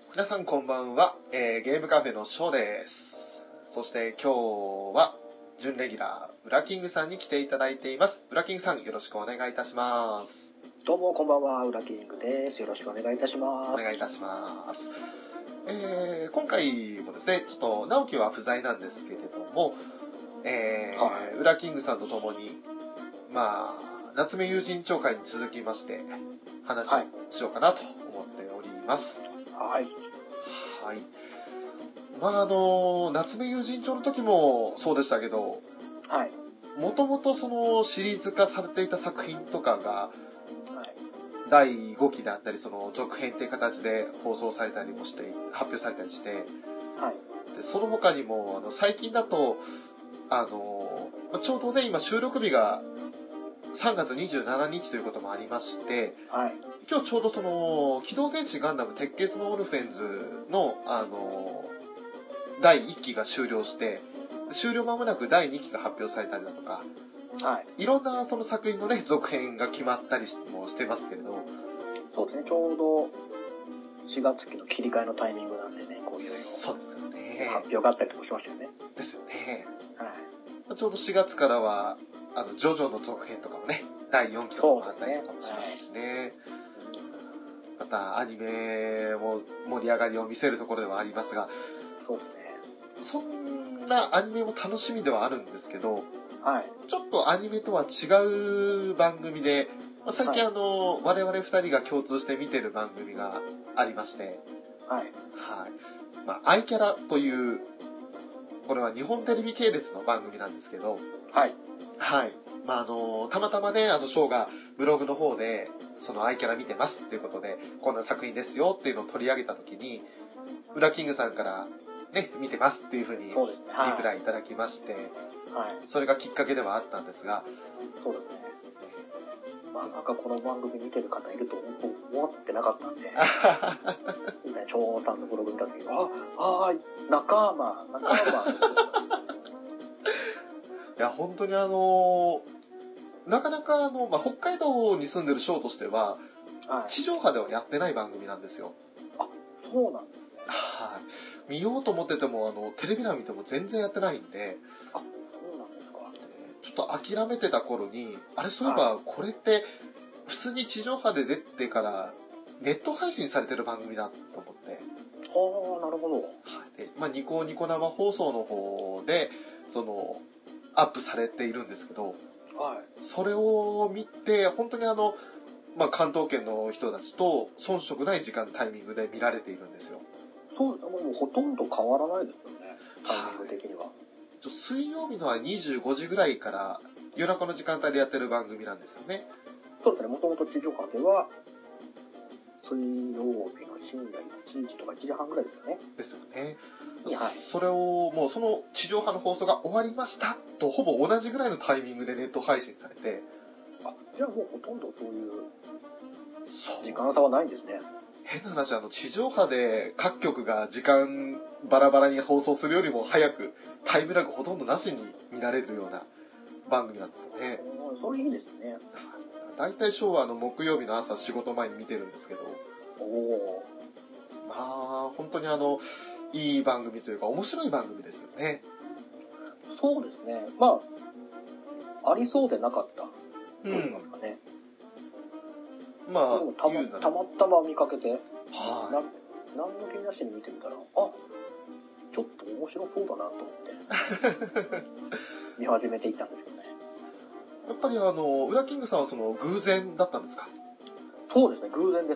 皆さんこんばんは、ゲームカフェのショーです。そして今日は準レギュラーウラキングさんに来ていただいています。ウラキングさんよろしくお願いいたします。 どうもこんばんは、ウラキングです。よろしくお願いいたします。 お願いいたします。今回もですね、ちょっと直樹は不在なんですけれども、ウラキングさんと共に夏目友人帳会に続きまして話をしようかなと思っております。 はい。 はい。夏目友人帳の時もそうでしたけど、 はい。 もともとそのシリーズ化されていた作品とかが、 はい。 第5期であったり、その続編っていう形で放送されたりもして、発表されたりして、 はい。 でその他にも、最近だと、ちょうどね、今収録日が3月27日ということもありまして、 はい。 今日ちょうどその、機動戦士ガンダム鉄血のオルフェンズの、第1期が終了して、終了間もなく第2期が発表されたりだとか、 はい。 いろんなその作品のね、続編が決まったりもしてますけれど。 そうですね、ちょうど4月期の切り替えのタイミングなんでね、こういうそうですよね。 発表があったりとかしましたよね。 ですよね。 はい。 ちょうど4月からは、ジョジョの続編とかもね、第4期とかもあったりとかもしますしね。またアニメも盛り上がりを見せるところではありますが、 そうですね。 そんなアニメも楽しみではあるんですけど、 はい。 ちょっとアニメとは違う番組で、最近我々2人が共通して見てる番組がありまして、 はい。 はい。アイキャラという、これは日本テレビ系列の番組なんですけど、 はい。 はい。たまたまね、ショーがブログの方で、そのアイキャラ見てますっていうことで、こんな作品ですよっていうのを取り上げたときに、ウラキングさんからね、見てますっていうふうにリプライいただきまして、 はい。 それがきっかけではあったんですが、 そうですね。まさかこの番組見てる方いると思ってなかったんで、みたいな長さんのブログ見た時に、仲間。 いや、本当になかなか北海道に住んでるショーとしては、 はい、 地上波ではやってない番組なんですよ。 あ、そうなんですね。 はい。見ようと思ってても、テレビ欄見ても全然やってないんで、 あ、そうなんですか。 ちょっと諦めてた頃に、あれそういえばこれって普通に地上波で出てからネット配信されてる番組だと思って。 なるほど。 はい。で、ニコニコ生放送の方で、アップされているんですけど、 はい。 それを見て、本当に関東圏の人たちと遜色ない時間タイミングで見られているんですよ。 そう、もうほとんど変わらないですよね。タイミング的には。 水曜日のは25時ぐらいから夜中の時間帯でやってる番組なんですよね。 そうですね。もともと地上波では、水曜日の深夜1時とか1時半ぐらいですよね。 ですよね。 はい。 それをもうその地上波の放送が終わりましたとほぼ同じぐらいのタイミングでネット配信されて。 じゃあもうほとんどそういう時間差はないんですね。 変な話、地上波で各局が時間バラバラに放送するよりも早く、タイムラグほとんどなしに見られるような番組なんですよね。 それいいですね。 だいたいショーは木曜日の朝仕事前に見てるんですけど、本当にいい番組というか面白い番組ですよね。 そうですね。ありそうでなかったと言いますかね。たまたま見かけて、何の気なしに見てみたら、ちょっと面白そうだなと思って見始めていったんですけどね。 やっぱりウラキングさんはその偶然だったんですか？ そうですね、偶然です。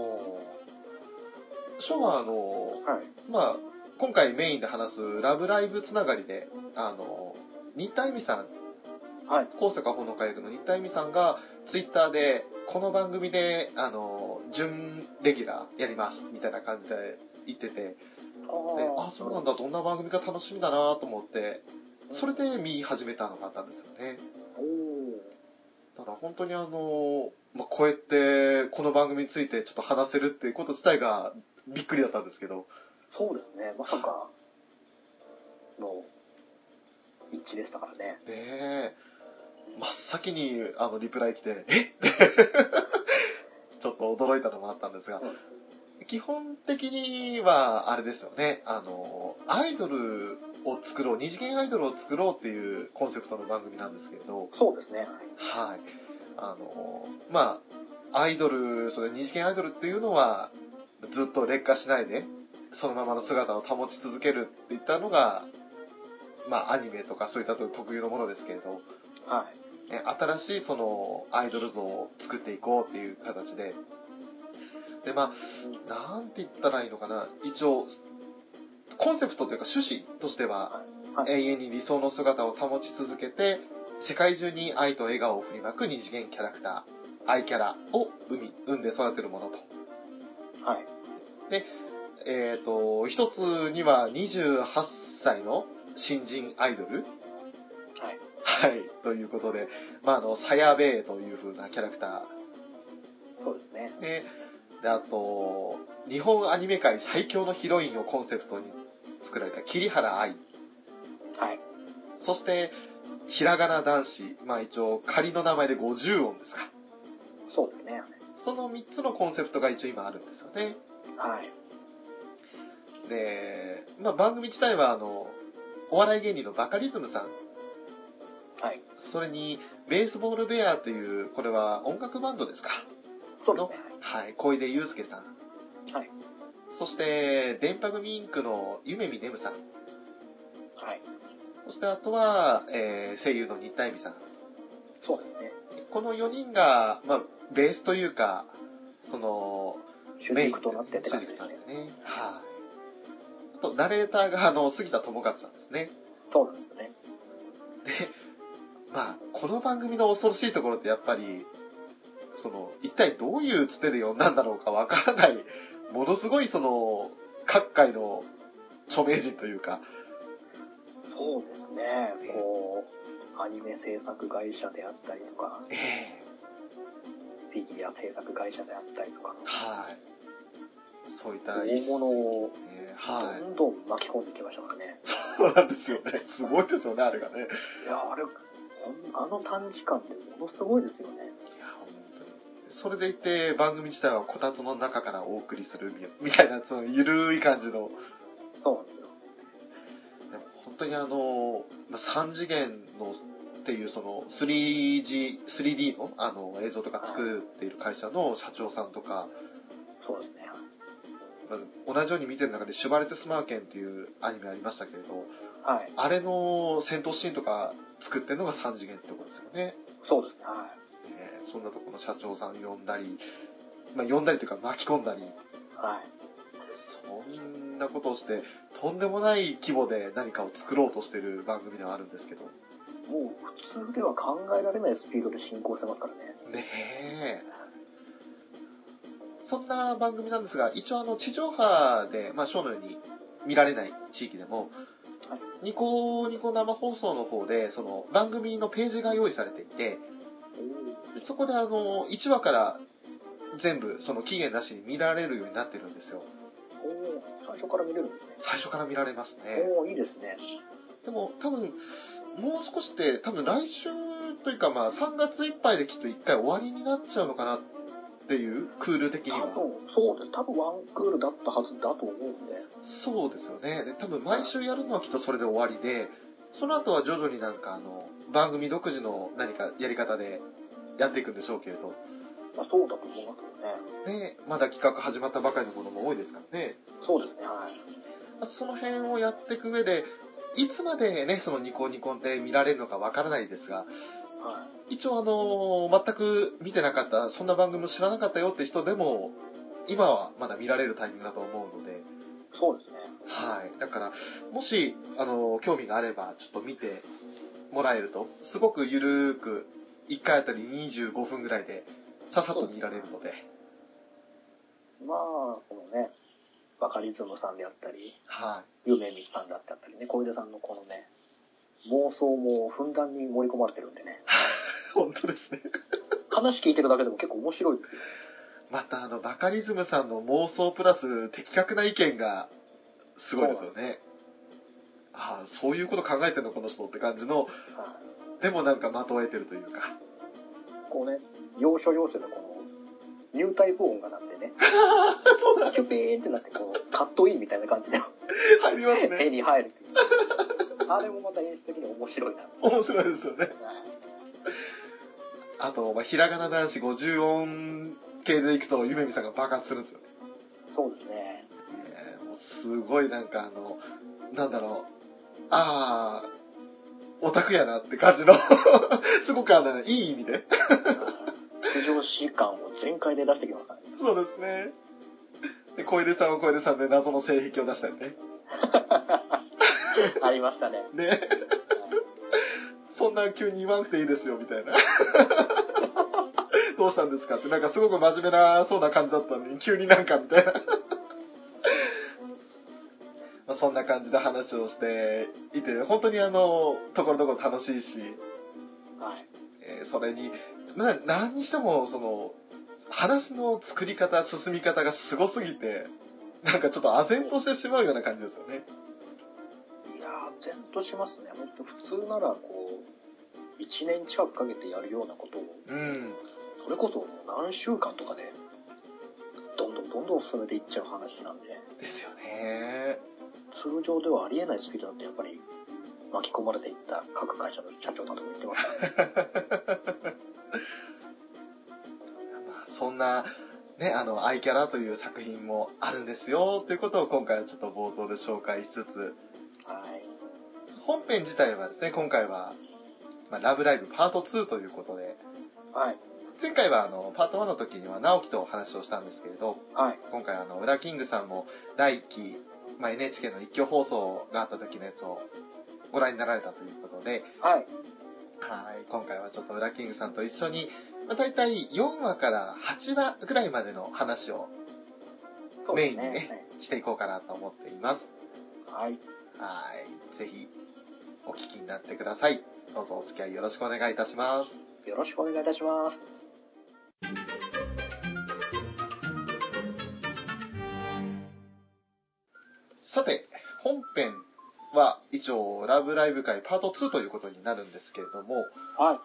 ショーは今回メインで話すラブライブつながりで、新田恵美さん、高坂ほのか役の新田恵美さんがツイッターで、この番組で、準レギュラーやります、みたいな感じで言ってて、そうなんだ、どんな番組か楽しみだなと思って、それで見始めたのがあったんですよね。だから本当にこうやってこの番組についてちょっと話せるっていうこと自体がびっくりだったんですけど。 そうですね、まさかの一致でしたからね。 真っ先にリプライ来て、えってちょっと驚いたのもあったんですが、 基本的には、あれですよね。アイドルを作ろう、二次元アイドルを作ろうっていうコンセプトの番組なんですけれど。 そうですね。 はい。まあ、アイドル、それ二次元アイドルっていうのは、ずっと劣化しないで、そのままの姿を保ち続けるっていったのが、まあ、アニメとかそういった特有のものですけれど、 はい。 ね、新しいそのアイドル像を作っていこうっていう形で、で、まあ、なんて言ったらいいのかな、一応、コンセプトというか趣旨としては、 はい、 永遠に理想の姿を保ち続けて、世界中に愛と笑顔を振りまく二次元キャラクター、愛キャラを生んで育てるものと。 はい。 で、一つには28歳の新人アイドル。 はい。 はい。ということで、まあ、サヤベイという風なキャラクター。 そうですね。 で、あと、日本アニメ界最強のヒロインをコンセプトに作られた桐原愛。 はい。 そして、ひらがな男子。まあ一応、仮の名前で50音ですか。 そうですね。 その3つのコンセプトが一応今あるんですよね。 はい。 で、まあ番組自体はお笑い芸人のバカリズムさん。 はい。 それに、ベースボールベアという、これは音楽バンドですか。 そうですね。 はい、小出祐介さん。 はい。 そして、電波組インクの夢見ねむさん。 はい。 そしてあとは、声優の新田恵美さん。 そうですね。 この4人が、まあ、ベースというか、その、 主軸となってって主感じです軸となってね。 ね。はい。あと、ナレーターが杉田智和さんですね。 そうなんですね。 で、まあ、この番組の恐ろしいところってやっぱり、一体どういうつてで呼んだんだろうかわからない、ものすごい各界の著名人というか。 そうですね。アニメ制作会社であったりとか、フィギュア制作会社であったりとか、 はい。そういった大物をはい、 どんどん巻き込んできましたからね。 そうなんですよね。すごいですよね、あれがね。 いや、あの短時間でものすごいですよね。いや、本当に。それでいて、番組自体はこたつの中からお送りするみたいな、ゆるい感じの。 そうなんですよ。 でも本当に3次元のっていう3D の映像とか作っている会社の社長さんとか、 そうですね。 同じように見てる中でシュバルツェスマーケンっていうアニメありましたけれど、 はい。 あれの戦闘シーンとか作ってるのが3次元ってことですよね。 そうですね。はい。 そんなところの社長さん呼んだり、まあ呼んだりというか巻き込んだり、 はい。 そんなことをして、とんでもない規模で何かを作ろうとしてる番組ではあるんですけど。 もう普通では考えられないスピードで進行してますからね。 ねえ。そんな番組なんですが、一応地上波で、まあ、ショーのように見られない地域でも、はい、ニコニコ生放送の方で、番組のページが用意されていて、そこで1話から全部、期限なしに見られるようになってるんですよ。 最初から見れるんですね。 最初から見られますね。 いいですね。 でも、多分、もう少しで、多分来週というか、まあ、3月いっぱいできっと1回終わりになっちゃうのかなっていう、クール的には。 そうです。多分ワンクールだったはずだと思うんで。 そうですよね。で、多分毎週やるのはきっとそれで終わりで、その後は徐々に番組独自の何かやり方でやっていくんでしょうけれど。 まあ、そうだと思いますけどね。 ね、まだ企画始まったばかりのものも多いですからね。 そうですね、はい。 その辺をやっていく上で、いつまでね、ニコニコって見られるのかわからないですが、はい、一応全く見てなかった、そんな番組も知らなかったよって人でも、今はまだ見られるタイミングだと思うので。 そうですね。 はい。だから、もし、興味があれば、ちょっと見てもらえると、すごくゆるーく、1回あたり25分ぐらいで、ささっと見られるので。 まあ、このね、バカリズムさんであったり、 はい。 ゆめみさんであったりね、小出さんのこのね、妄想もふんだんに盛り込まれてるんでね。 本当ですね。 話聞いてるだけでも結構面白いですよ。 またバカリズムさんの妄想プラス的確な意見がすごいですよね。ああ、そういうこと考えてるのこの人って感じの、はい、でもなんか的を得てるというか。 こうね、要所要所でこのニュータイプ音が鳴ってね。 そうだ。 キュピーンってなって、こう、カットインみたいな感じで。 入りますね。 絵に入るっていう。あれもまた演出的に面白いな。 面白いですよね。 はい、 あと、ひらがな男子50音系でいくと、ゆめみさんが爆発するんですよね。 そうですね。 もうすごいなんかなんだろう。あー、オタクやなって感じの、すごくいい意味で。 苦情士感を全開で出してきましたね。 そうですね。で、小出さんは小出さんで謎の性癖を出したりね。 ありましたね。 ね。はい、そんな急に言わなくていいですよ、みたいな。どうしたんですかって、なんかすごく真面目なそうな感じだったのに、急になんかみたいな。そんな感じで話をしていて、本当にところどころ楽しいし、 はい、 それに、何にしても、話の作り方、進み方がすごすぎて、なんかちょっと唖然としてしまうような感じですよね。 いやー、唖然としますね。本当普通なら、こう、1年近くかけてやるようなことを、それこそ何週間とかで、どんどん進めていっちゃう話なんで。 ですよね。 通常ではありえないスピードだってやっぱり巻き込まれていった各会社の社長だと言ってました、ね。 そんな、ね、アイキャラという作品もあるんですよということを今回はちょっと冒頭で紹介しつつ、 はい、 本編自体はですね、今回は、ラブライブパート2ということで、 はい、 前回はパート1の時には直樹とお話をしたんですけれど、 はい、 今回ウラキングさんも第1期、NHK の一挙放送があった時のやつをご覧になられたということで、 はい、 今回はちょっとウラキングさんと一緒に、大体4話から8話ぐらいまでの話をメインにね、していこうかなと思っています。 はい。 ぜひお聞きになってください。どうぞお付き合いよろしくお願いいたします。 よろしくお願いいたします。 さて、本編は一応ラブライブ会パート2ということになるんですけれども、 はい。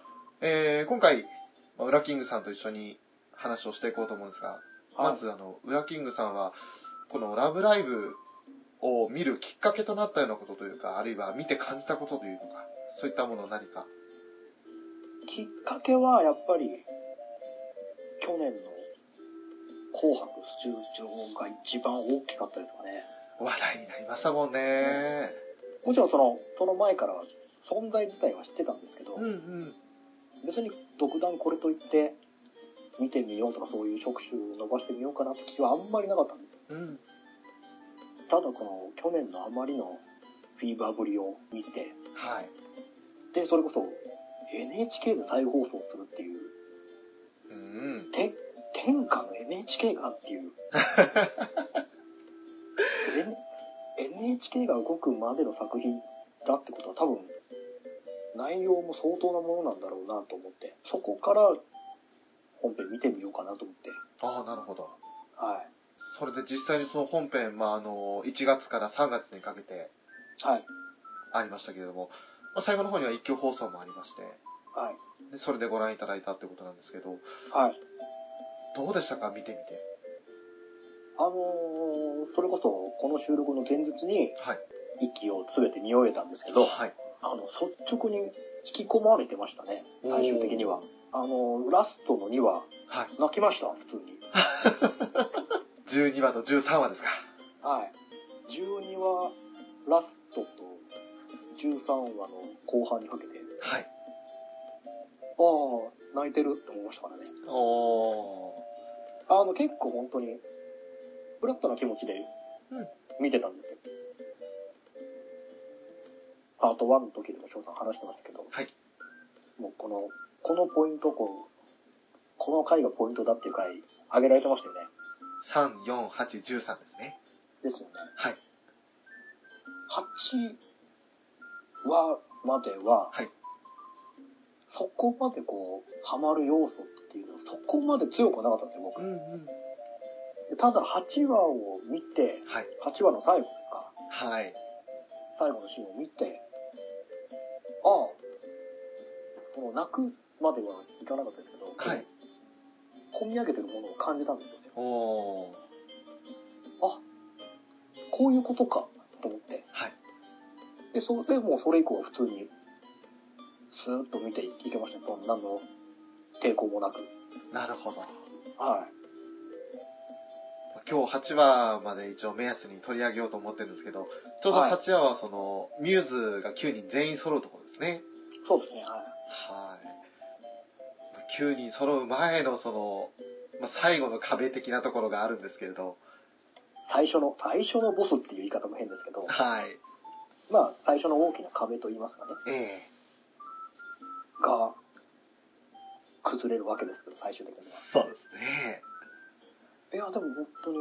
今回、ウラキングさんと一緒に話をしていこうと思うんですが、 はい、 まずウラキングさんは、このラブライブを見るきっかけとなったようなことというか、あるいは見て感じたことというのか、そういったもの何か。 きっかけはやっぱり、去年の紅白出場が一番大きかったですかね。 話題になりましたもんね。 もちろんその前から存在自体は知ってたんですけど、別に独断これといって見てみようとかそういう触手伸ばしてみようかなって気はあんまりなかったんですよ。ただこの去年のあまりのフィーバーぶりを見て、 はい。 で、それこそ NHK で再放送するっていう、天下の NHK がっていう、NHK が動くまでの作品だってことは多分内容も相当なものなんだろうなと思って、そこから本編見てみようかなと思って。 ああ、なるほど。 はい。 それで実際にその本編、1月から3月にかけて、 はい。 ありましたけれども、最後の方には一挙放送もありまして、 はい。 でそれでご覧いただいたということなんですけど、 はい。 どうでしたか、見てみて。 それこそこの収録の前日に、息を全て見終えたんですけど、はい、率直に引き込まれてましたね、最終的には。ラストの2話、はい、泣きました、普通に。 12話と13話ですか。 はい。12話ラストと13話の後半にかけて、はい。ああ、泣いてるって思いましたからね。結構本当に、フラットな気持ちで見てたんですよ。パート1の時でも翔さん話してましたけど、はい。もうこのポイント、この回がポイントだっていう回、挙げられてましたよね。 3、4、8、13ですね。 ですよね。 はい。 8話までは、はい。そこまでハマる要素っていうのはそこまで強くはなかったんですよ、僕。ただ8話を見て、はい、8話の最後とか、はい、最後のシーンを見て、泣くまではいかなかったですけど、はい、 込み上げてるものを感じたんですよね。 おー。 あ、こういうことかと思って。 はい。 で、もうそれ以降は普通に、スーッと見ていけましたね。何の抵抗もなく。 なるほど。 はい。 今日8話まで一応目安に取り上げようと思ってるんですけど、ちょうど8話はその、ミューズが9人全員揃うところですね。 そうですね、はい。 はい。9人揃う前のその、最後の壁的なところがあるんですけれど。 最初のボスっていう言い方も変ですけど。 はい。 最初の大きな壁と言いますかね。が、崩れるわけですけど、最終的には。 そうですね。 いや、でも本当に、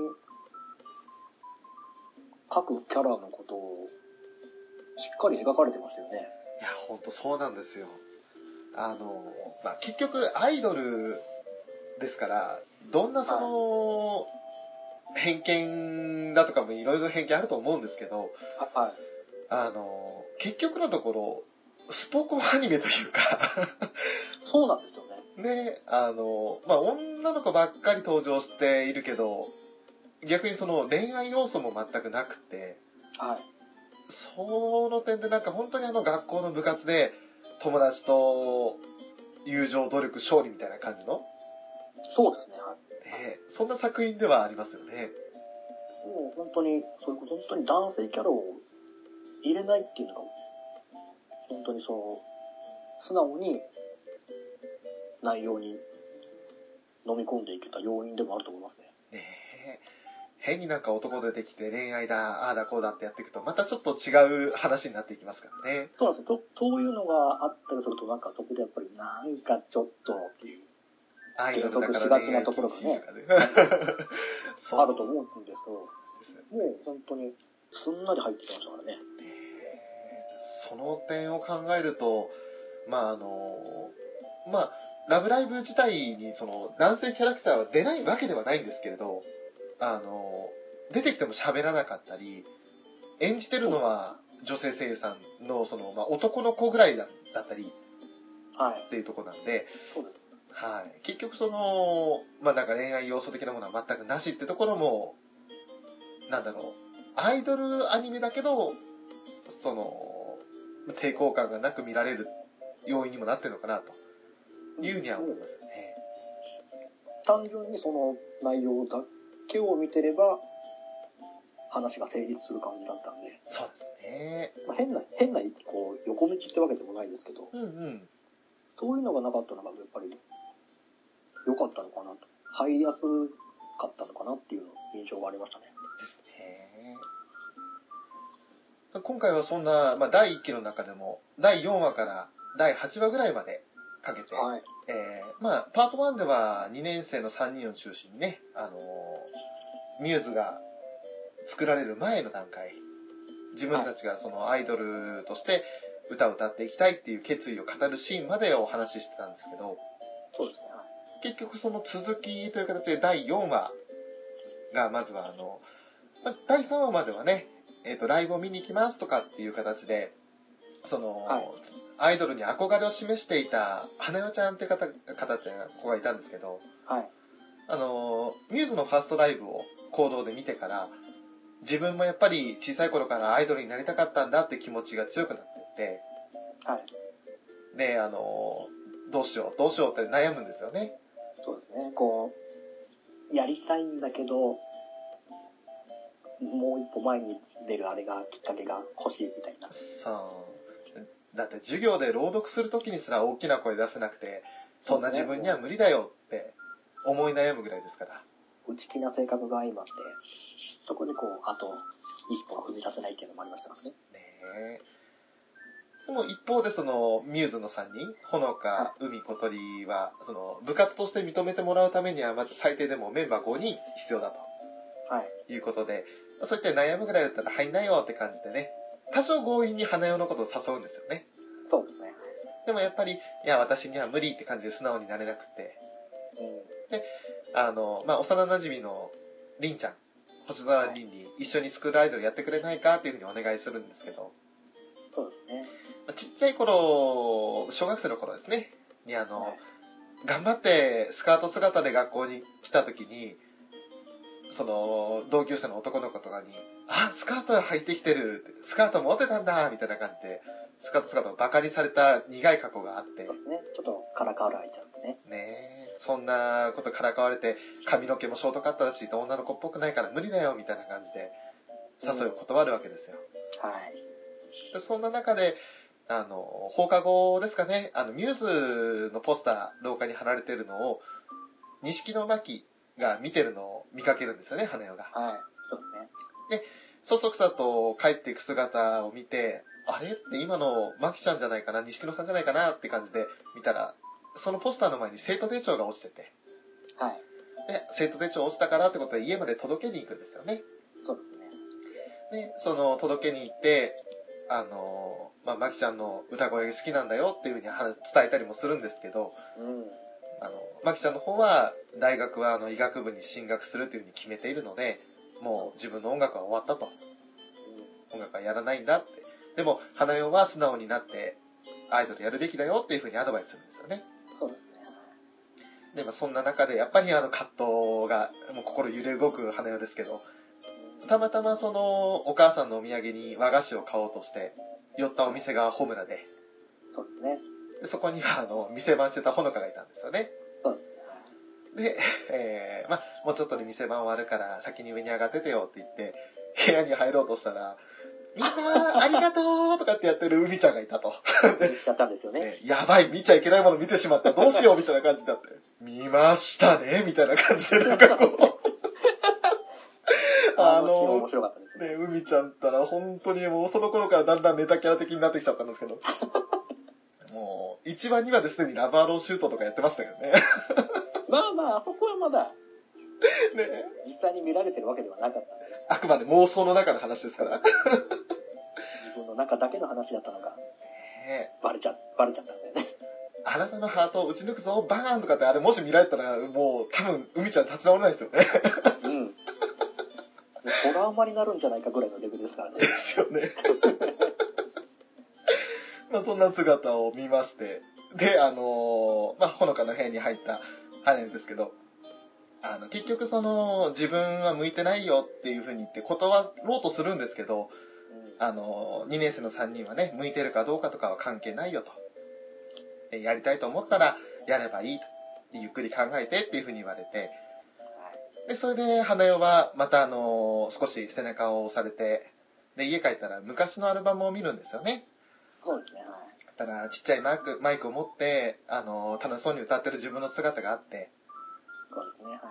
各キャラのことを、しっかり描かれてましたよね。 いや、本当そうなんですよ。結局アイドルですから、どんなその、偏見だとかもいろいろ偏見あると思うんですけど、 はい。 結局のところ、スポコンアニメというかそうなんですよね。 ね、女の子ばっかり登場しているけど、逆にその恋愛要素も全くなくて、 はい。 その点でなんか本当に学校の部活で友達と友情、努力、勝利みたいな感じの、 そうですね、はい。 そんな作品ではありますよね。 もう本当に、そういうこと、本当に男性キャラを入れないっていうのが、本当に素直に内容に飲み込んでいけた要因でもあると思いますね。 変になんか男出てきて恋愛だ、ああだこうだってやっていくと、またちょっと違う話になっていきますからね。 そうなんですよ。そういうのがあったりすると、なんかそこでやっぱりなんかちょっとっていう。 アイドルだから恋愛禁止とかね。 あると思うんですけど、もう本当にすんなり入ってきましたからね。 その点を考えると、ラブライブ自体にその男性キャラクターは出ないわけではないんですけれど、出てきても喋らなかったり、演じてるのは女性声優さんのその、男の子ぐらいだったり、っていうところなんで、 そうです。 はい。結局その、なんか恋愛要素的なものは全くなしってところも、なんだろう、アイドルアニメだけど、その、抵抗感がなく見られる要因にもなってるのかなというふうには思いますよね。 単純にその内容だけを見てれば、話が成立する感じだったんで。 そうですね。 変な、横道ってわけでもないですけど、そういうのがなかったのがやっぱり良かったのかなと。入りやすかったのかなっていう印象がありましたね。 ですね。今回はそんな、第1期の中でも、第4話から第8話ぐらいまでかけて、パート1では2年生の3人を中心にね、ミューズが作られる前の段階、自分たちがそのアイドルとして歌を歌っていきたいっていう決意を語るシーンまでお話ししてたんですけど、 そうですね。 結局その続きという形で第4話がまずは第3話まではね、ライブを見に行きますとかっていう形で、その、アイドルに憧れを示していた花代ちゃんって方っていう子がいたんですけど、ミューズのファーストライブを行動で見てから、自分もやっぱり小さい頃からアイドルになりたかったんだって気持ちが強くなっていって、で、どうしようって悩むんですよね。 そうですね。やりたいんだけど、もう一歩前に出るあれが、きっかけが欲しいみたいな。 そう。だって授業で朗読するときにすら大きな声出せなくて、そんな自分には無理だよって思い悩むぐらいですから。 内気な性格が相まって、そこであと一歩が踏み出せないっていうのもありましたからね。 ねえ。でも一方でそのミューズの3人、ほのか、海、小鳥は、その部活として認めてもらうためにはまず最低でもメンバー5人必要だと。いうことで、そういった悩むぐらいだったら入んないよって感じでね、多少強引に花代のことを誘うんですよね。 そうですね。 でもやっぱり、いや、私には無理って感じで素直になれなくて。で、幼馴染のりんちゃん、星空りんに一緒にスクールアイドルやってくれないかっていうふうにお願いするんですけど、 そうですね。 ちっちゃい頃、小学生の頃ですね、に頑張ってスカート姿で学校に来た時に、その同級生の男の子とかに、あ、スカート履いてきてる、スカート持ってたんだみたいな感じで、スカート姿をバカにされた苦い過去があって。 そうですね。ちょっとからかわれちゃうね。 ねえ、そんなことからかわれて、髪の毛もショートカットだし、女の子っぽくないから無理だよみたいな感じで、誘いを断るわけですよ。 はい。 でそんな中で、放課後ですかね、ミューズのポスター、廊下に貼られてるのを、錦野真紀が見てるのを見かけるんですよね、花代が。 はい、そうですね。 で、そそくさと帰っていく姿を見て、あれって今の真紀ちゃんじゃないかな、錦野さんじゃないかなって感じで見たら、そのポスターの前に生徒手帳が落ちてて。 はい。 で、生徒手帳落ちたからってことで家まで届けに行くんですよね。 そうですね。で、その届けに行って、まきちゃんの歌声好きなんだよっていうふうに伝えたりもするんですけど、まきちゃんの方は大学は医学部に進学するというふうに決めているので、もう自分の音楽は終わったと。音楽はやらないんだって。でも、花代は素直になってアイドルやるべきだよっていうふうにアドバイスするんですよね。 そうですね。 で、そんな中でやっぱり葛藤が、もう心揺れ動く花代ですけど、たまたまそのお母さんのお土産に和菓子を買おうとして寄ったお店がホムラで、 そうですね。 でそこには店番してたほのかがいたんですよね。 そうですね。で、もうちょっとで店番終わるから先に上に上がっててよって言って部屋に入ろうとしたら、みんなありがとうとかってやってる海ちゃんがいたと。 言っちゃったんですよね。 やばい、見ちゃいけないもの見てしまった、どうしようみたいな感じだって。見ましたねみたいな感じでなんかこう。 面白かったですね。海ちゃんったら本当にもうその頃からだんだんネタキャラ的になってきちゃったんですけど。もう、1話2話ですでにラバーローシュートとかやってましたけどね。 まあ、あそこはまだ、 ね、 実際に見られてるわけではなかったんで。 あくまで妄想の中の話ですから。 自分の中だけの話だったのが、バレちゃったんだよね。 あなたのハートを打ち抜くぞ、バーンとかってあれもし見られたら、もう多分海ちゃん立ち直れないですよね。 うん。トラウマになるんじゃないかぐらいのレベルですからね。 ですよね。そんな姿を見まして、で、ほのかの部屋に入った花代ですけど、結局自分は向いてないよっていう風に言って断ろうとするんですけど、2年生の3人はね、向いてるかどうかとかは関係ないよと。やりたいと思ったらやればいいと。ゆっくり考えてっていう風に言われて、で、それで花代はまた少し背中を押されて、で、家帰ったら昔のアルバムを見るんですよね。 そうですね、はい。 だからちっちゃいマイクを持って、楽しそうに歌ってる自分の姿があって、 そうですね、はい。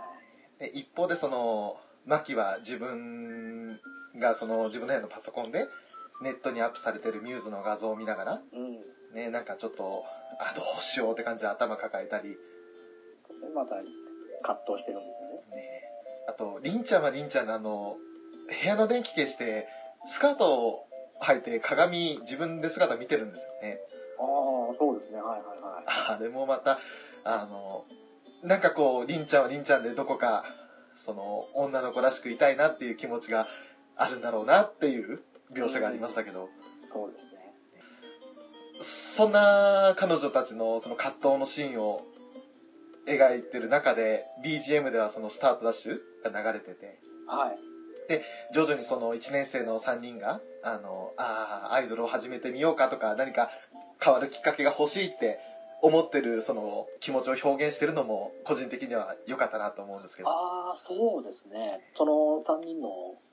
で、一方でマキは自分が自分の部屋のパソコンでネットにアップされてるミューズの画像を見ながら、ね、なんかちょっと、どうしようって感じで頭抱えたり。 また葛藤してるんですね。 あと、りんちゃんはりんちゃんの部屋の電気消して、スカートを履いて鏡自分で姿見てるんですよね。 ああ、そうですね、はいはいはい。 あれもまた、なんかこう、りんちゃんはりんちゃんでどこか、女の子らしくいたいなっていう気持ちがあるんだろうなっていう描写がありましたけど。 そうですね。 そんな彼女たちのその葛藤のシーンを描いてる中で、BGM ではスタートダッシュが流れてて。 はい。 で、徐々に1年生の3人が、アイドルを始めてみようかとか、何か変わるきっかけが欲しいって思ってる気持ちを表現してるのも個人的には良かったなと思うんですけど。 ああ、そうですね。その3人の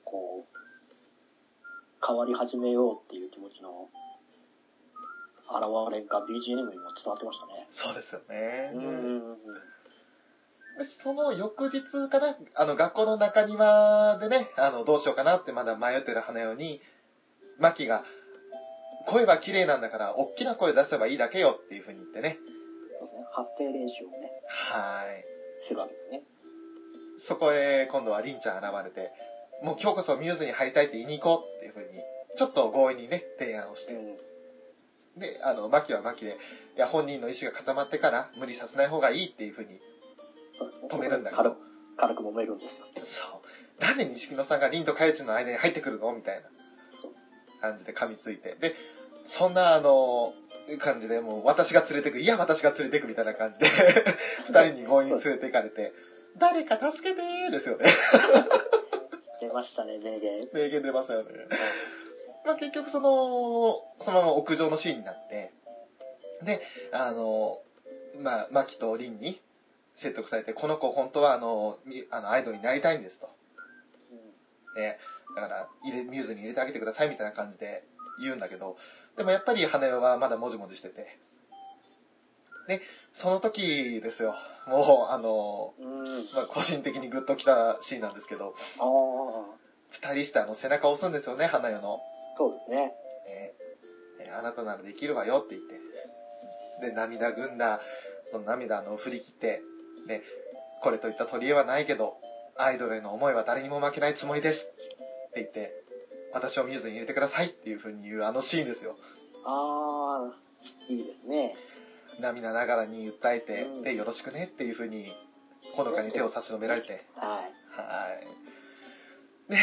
変わり始めようっていう気持ちの現れが BGM にも伝わってましたね。 そうですよね。でその翌日かな、学校の中庭でね、どうしようかなってまだ迷ってる花代に、マキが、声は綺麗なんだから、大きな声出せばいいだけよっていう風に言ってね。 そうですね。発声練習をね。するわけですね。 そこへ今度はりんちゃん現れて、もう今日こそミューズに入りたいって言いに行こうっていう風に、ちょっと強引にね、提案をして。で、マキはマキで、いや、本人の意思が固まってから無理させない方がいいっていう風に止めるんだけど。 軽く揉めるんですよね。 そう。なんで錦野さんが凛とかよちの間に入ってくるのみたいな感じで噛みついて。で、そんな感じで、もう私が連れてく、いや私が連れてくみたいな感じで、二人に強引に連れて行かれて、誰か助けてーですよね。 出ましたね、名言。 名言出ましたよね。まあ結局そのまま屋上のシーンになって、で、まあ、マキとリンに説得されて、この子本当はアイドルになりたいんですと。で、だから、ミューズに入れてあげてくださいみたいな感じで言うんだけど、でもやっぱり花代はまだもじもじしてて。で、その時ですよ。もう、まあ、個人的にグッときたシーンなんですけど、二人して背中を押すんですよね、花代の。 そうですね。 あなたならできるわよって言って。で、涙ぐんだ、その涙振り切って、で、これといった取り柄はないけど、アイドルへの思いは誰にも負けないつもりですって言って、私をミューズに入れてくださいっていう風に言うシーンですよ。 いいですね。 涙ながらに訴えて、で、よろしくねっていう風に、ほのかに手を差し伸べられて。 はい。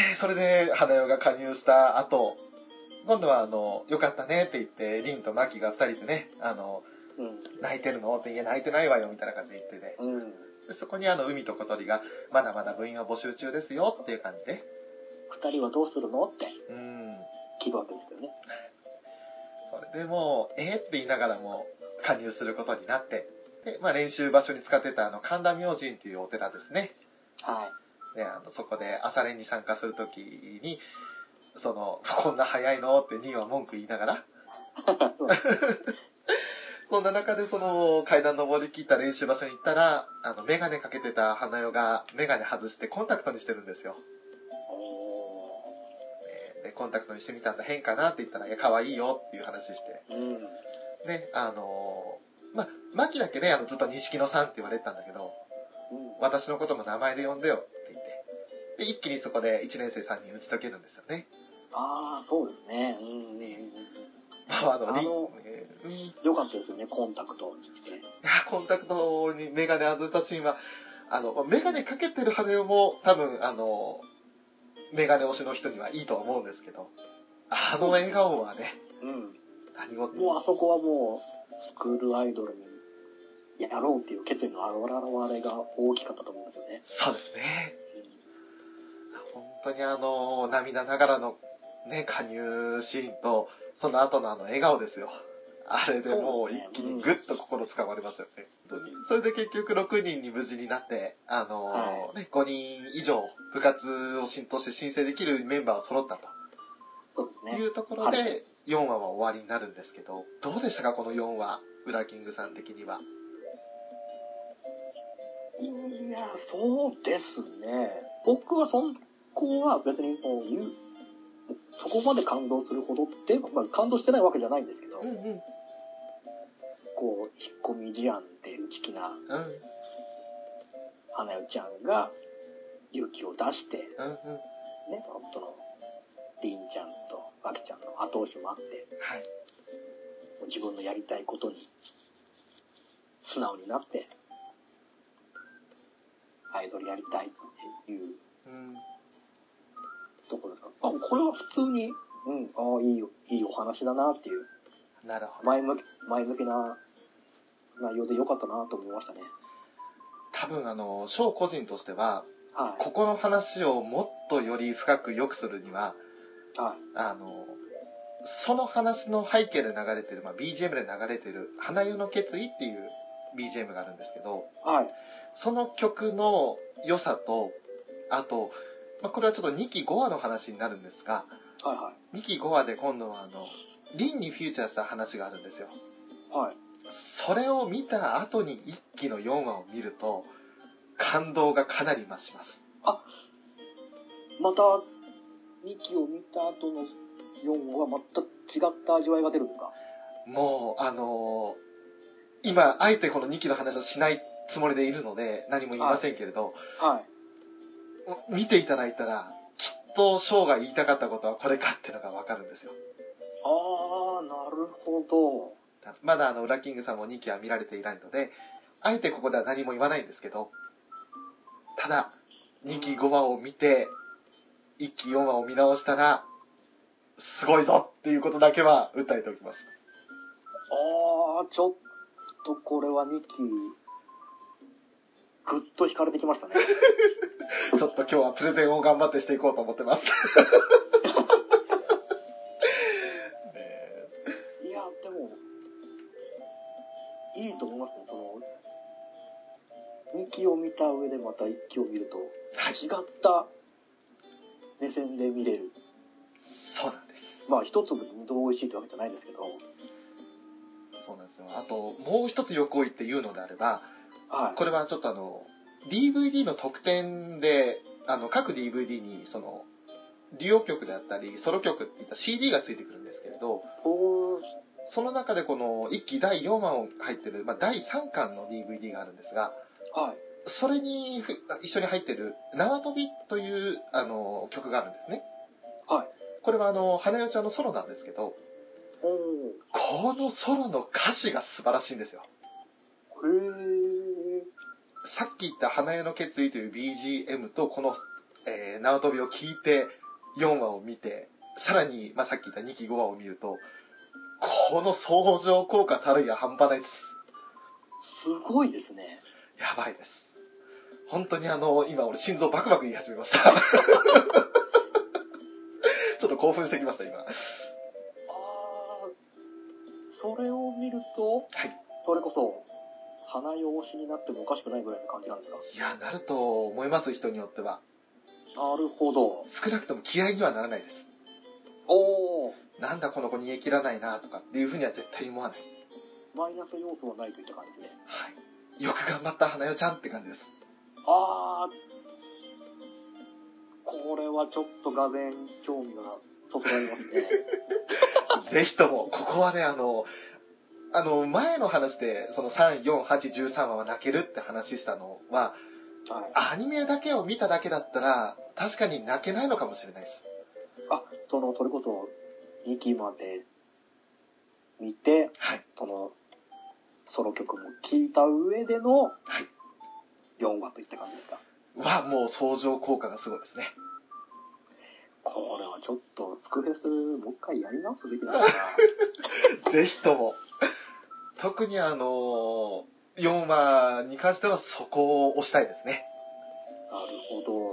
で、それで、花代が加入した後、今度はよかったねって言って、リンとマキが二人でね、泣いてるのって、いや泣いてないわよみたいな感じで言ってて、でそこに海と小鳥が、まだまだ部員は募集中ですよっていう感じで。 二人はどうするのって聞くわけですよね。 それでもう、って言いながらも加入することになって、で、まあ練習場所に使ってた神田明神っていうお寺ですね。 はい。 で、そこで朝練に参加するときに、こんな早いのってニーは文句言いながら。そんな中で階段登り切った練習場所に行ったら、メガネかけてた花代がメガネ外してコンタクトにしてるんですよ。で、コンタクトにしてみたんだ、変かなって言ったら、いや、可愛いよっていう話して。で、まあ、マキだけね、ずっと錦野さんって言われてたんだけど、私のことも名前で呼んでよって言って。で、一気にそこで1年生さんに打ち解けるんですよね。 そうですね。よかったですよね、コンタクトにして。いや、 コンタクトにメガネ外したシーンは、メガネかけてる羽も多分、メガネ推しの人にはいいとは思うんですけど、笑顔はね、 何事もうあそこはもう、スクールアイドルにやろうっていう決意の表れが大きかったと思うんですよね。 そうですね。本当に涙ながらのね、加入シーンと、その後の笑顔ですよ。あれでもう一気にグッと心つかまれますよね。本当に。それで結局6人に無事になって、5人以上部活をとして申請できるメンバーが揃ったというところで、4話は終わりになるんですけど、どうでしたか、この4話、ウラキングさん的には。 いや、そうですね。僕はそこは別にそこまで感動するほどって、まあ、感動してないわけじゃないんですけど、こう、引っ込み思案で内気な、花代ちゃんが勇気を出して、ね、その、りんちゃんとあきちゃんの後押しもあって、自分のやりたいことに素直になって、アイドルやりたいっていう、ところですか。これは普通に、いいお話だなっていう。 なるほど。 前向きな内容で良かったなと思いましたね。 多分翔個人としては、ここの話をもっとより深く良くするには、その話の背景で流れてる、BGM で流れてる、花代の決意っていう BGM があるんですけど、その曲の良さと、あと、これはちょっと2期5話の話になるんですが、2期5話で今度はリンにフューチャーした話があるんですよ。それを見た後に1期の4話を見ると、感動がかなり増します。 また2期を見た後の4話は全く違った味わいが出るんですか？ もう今あえてこの2期の話をしないつもりでいるので何も言いませんけれど、見ていただいたらきっと翔が言いたかったことはこれかっていうのが分かるんですよ。 なるほど。 まだウラキングさんも2期は見られていないので、あえてここでは何も言わないんですけど、ただ2期5話を見て1期4話を見直したらすごいぞっていうことだけは訴えておきます。 ちょっとこれは2期、ぐっと惹かれてきましたね。 ちょっと今日はプレゼンを頑張ってしていこうと思ってます。 いや、でも、いいと思いますね。その、2期を見た上でまた1期を見ると、違った目線で見れる。 そうなんです。 まあ、一粒二度美味しいというわけじゃないですけど。 そうなんですよ。あと、もう一つ欲を言って言うのであれば、はい、これはちょっとDVD の特典で、各 DVD に、デュオ曲であったり、ソロ曲っていった CD がついてくるんですけれど、その中でこの1期第4話を入ってる、第3巻の DVD があるんですが、はい、それに一緒に入ってる縄跳びという曲があるんですね。はい。これは花代ちゃんのソロなんですけど、このソロの歌詞が素晴らしいんですよ。さっき言った花代の決意という BGM とこの、縄跳びを聞いて4話を見て、さらに、さっき言った2期5話を見ると、この相乗効果たるや半端ないです。 すごいですね。 やばいです。本当に今俺心臓バクバク言い始めました。ちょっと興奮してきました、今。 それを見ると、はい、それこそ、花代推しになってもおかしくないぐらいの感じなんですか？ いや、なると思います、人によっては。 なるほど。 少なくとも気合にはならないです。なんだこの子逃げ切らないなとかっていうふうには絶対に思わない。 マイナス要素はないといった感じで。 はい。よく頑張った花代ちゃんって感じです。 これはちょっとがぜ興味がそそられますね。 ぜひとも、ここはね、前の話で、その3、4、8、13話は泣けるって話したのは、はい、アニメだけを見ただけだったら、確かに泣けないのかもしれないです。 それこそ、2期まで見て、はい、ソロ曲も聴いた上での、はい、4話といった感じですか？ もう相乗効果がすごいですね。 これはちょっと、スクフェス、もう一回やり直すべきだな。 ぜひとも。特に4話に関してはそこを押したいですね。 なるほど。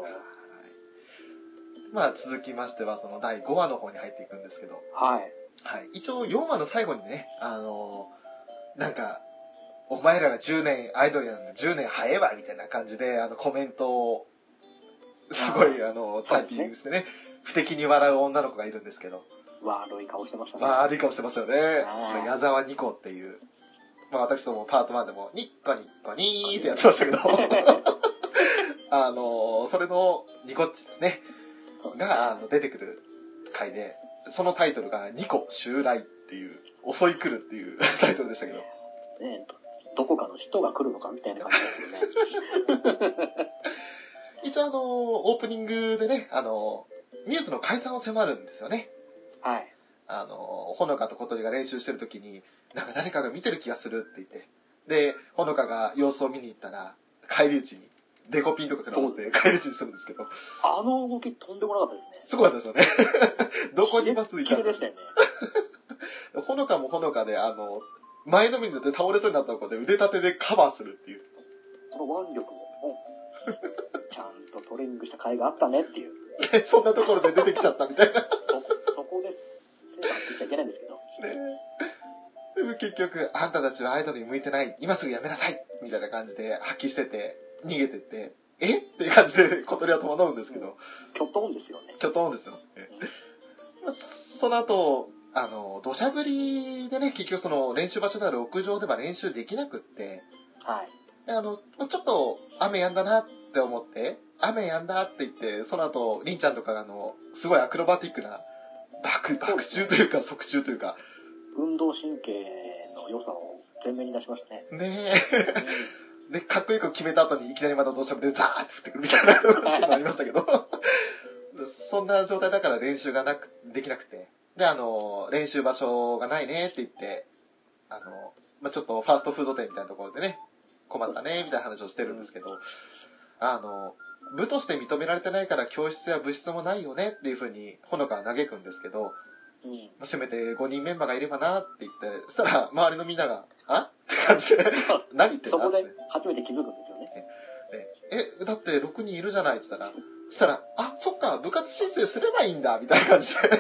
続きましては、その第5話の方に入っていくんですけど。 はい。 はい。一応4話の最後にね、なんか、お前らが10年アイドルなんで10年早えわみたいな感じで、コメントを、すごい、タイピングしてね、不敵に笑う女の子がいるんですけど。 悪い顔してましたね。 悪い顔してましたよね。矢沢ニコっていう。私どもパート1でも、ニッコニッコニーってやってましたけど。それのニコッチですね。が、出てくる回で、そのタイトルがニコ襲来っていう、襲い来るっていうタイトルでしたけど。 ね、どこかの人が来るのかみたいな感じですよね。 一応オープニングでね、ミューズの解散を迫るんですよね。はい。ほのかと小鳥が練習してる時に、なんか誰かが見てる気がするって言って、で、ほのかが様子を見に行ったら、帰り討ちに、デコピンとか食らわせて帰り討ちにするんですけど。 あの動きとんでもなかったですね。 すごかったですよね。どこに今ついたの？でしたよね。 ほのかもほのかで、前のめりになって倒れそうになったところで腕立てでカバーするっていう。 この腕力も、ちゃんとトレーニングした甲斐があったねっていう。 そんなところで出てきちゃったみたいな。 そこで、手がって言っちゃいけないんですけど。 ね。でも結局、あんたたちはアイドルに向いてない。今すぐやめなさいみたいな感じで発揮してて、逃げてって、えっていう感じで小鳥は戸惑うんですけど。 キョトンですよね。 キョトンですよ。その後、土砂降りでね、結局その練習場所である屋上では練習できなくって、はい。でちょっと雨やんだなって思って、雨やんだって言って、その後、りんちゃんとかがすごいアクロバティックな、爆中というか、側中というか、 運動神経の良さを前面に出しましたね。 ねえ。で、かっこよく決めた後にいきなりまた土砂降りでザーって降ってくるみたいなシーンもありましたけど、そんな状態だから練習ができなくて、で、練習場所がないねって言って、ちょっとファーストフード店みたいなところでね、困ったねみたいな話をしてるんですけど、部として認められてないから教室や部室もないよねっていう風にほのかは嘆くんですけど、 せめて5人メンバーがいればなって言って、そしたら周りのみんなが、あって感じで、何言ってんだそこで初めて気づくんですよね。 だって6人いるじゃないって言ったら、そしたら、あ、そっか、部活申請すればいいんだ、みたいな感じで。で、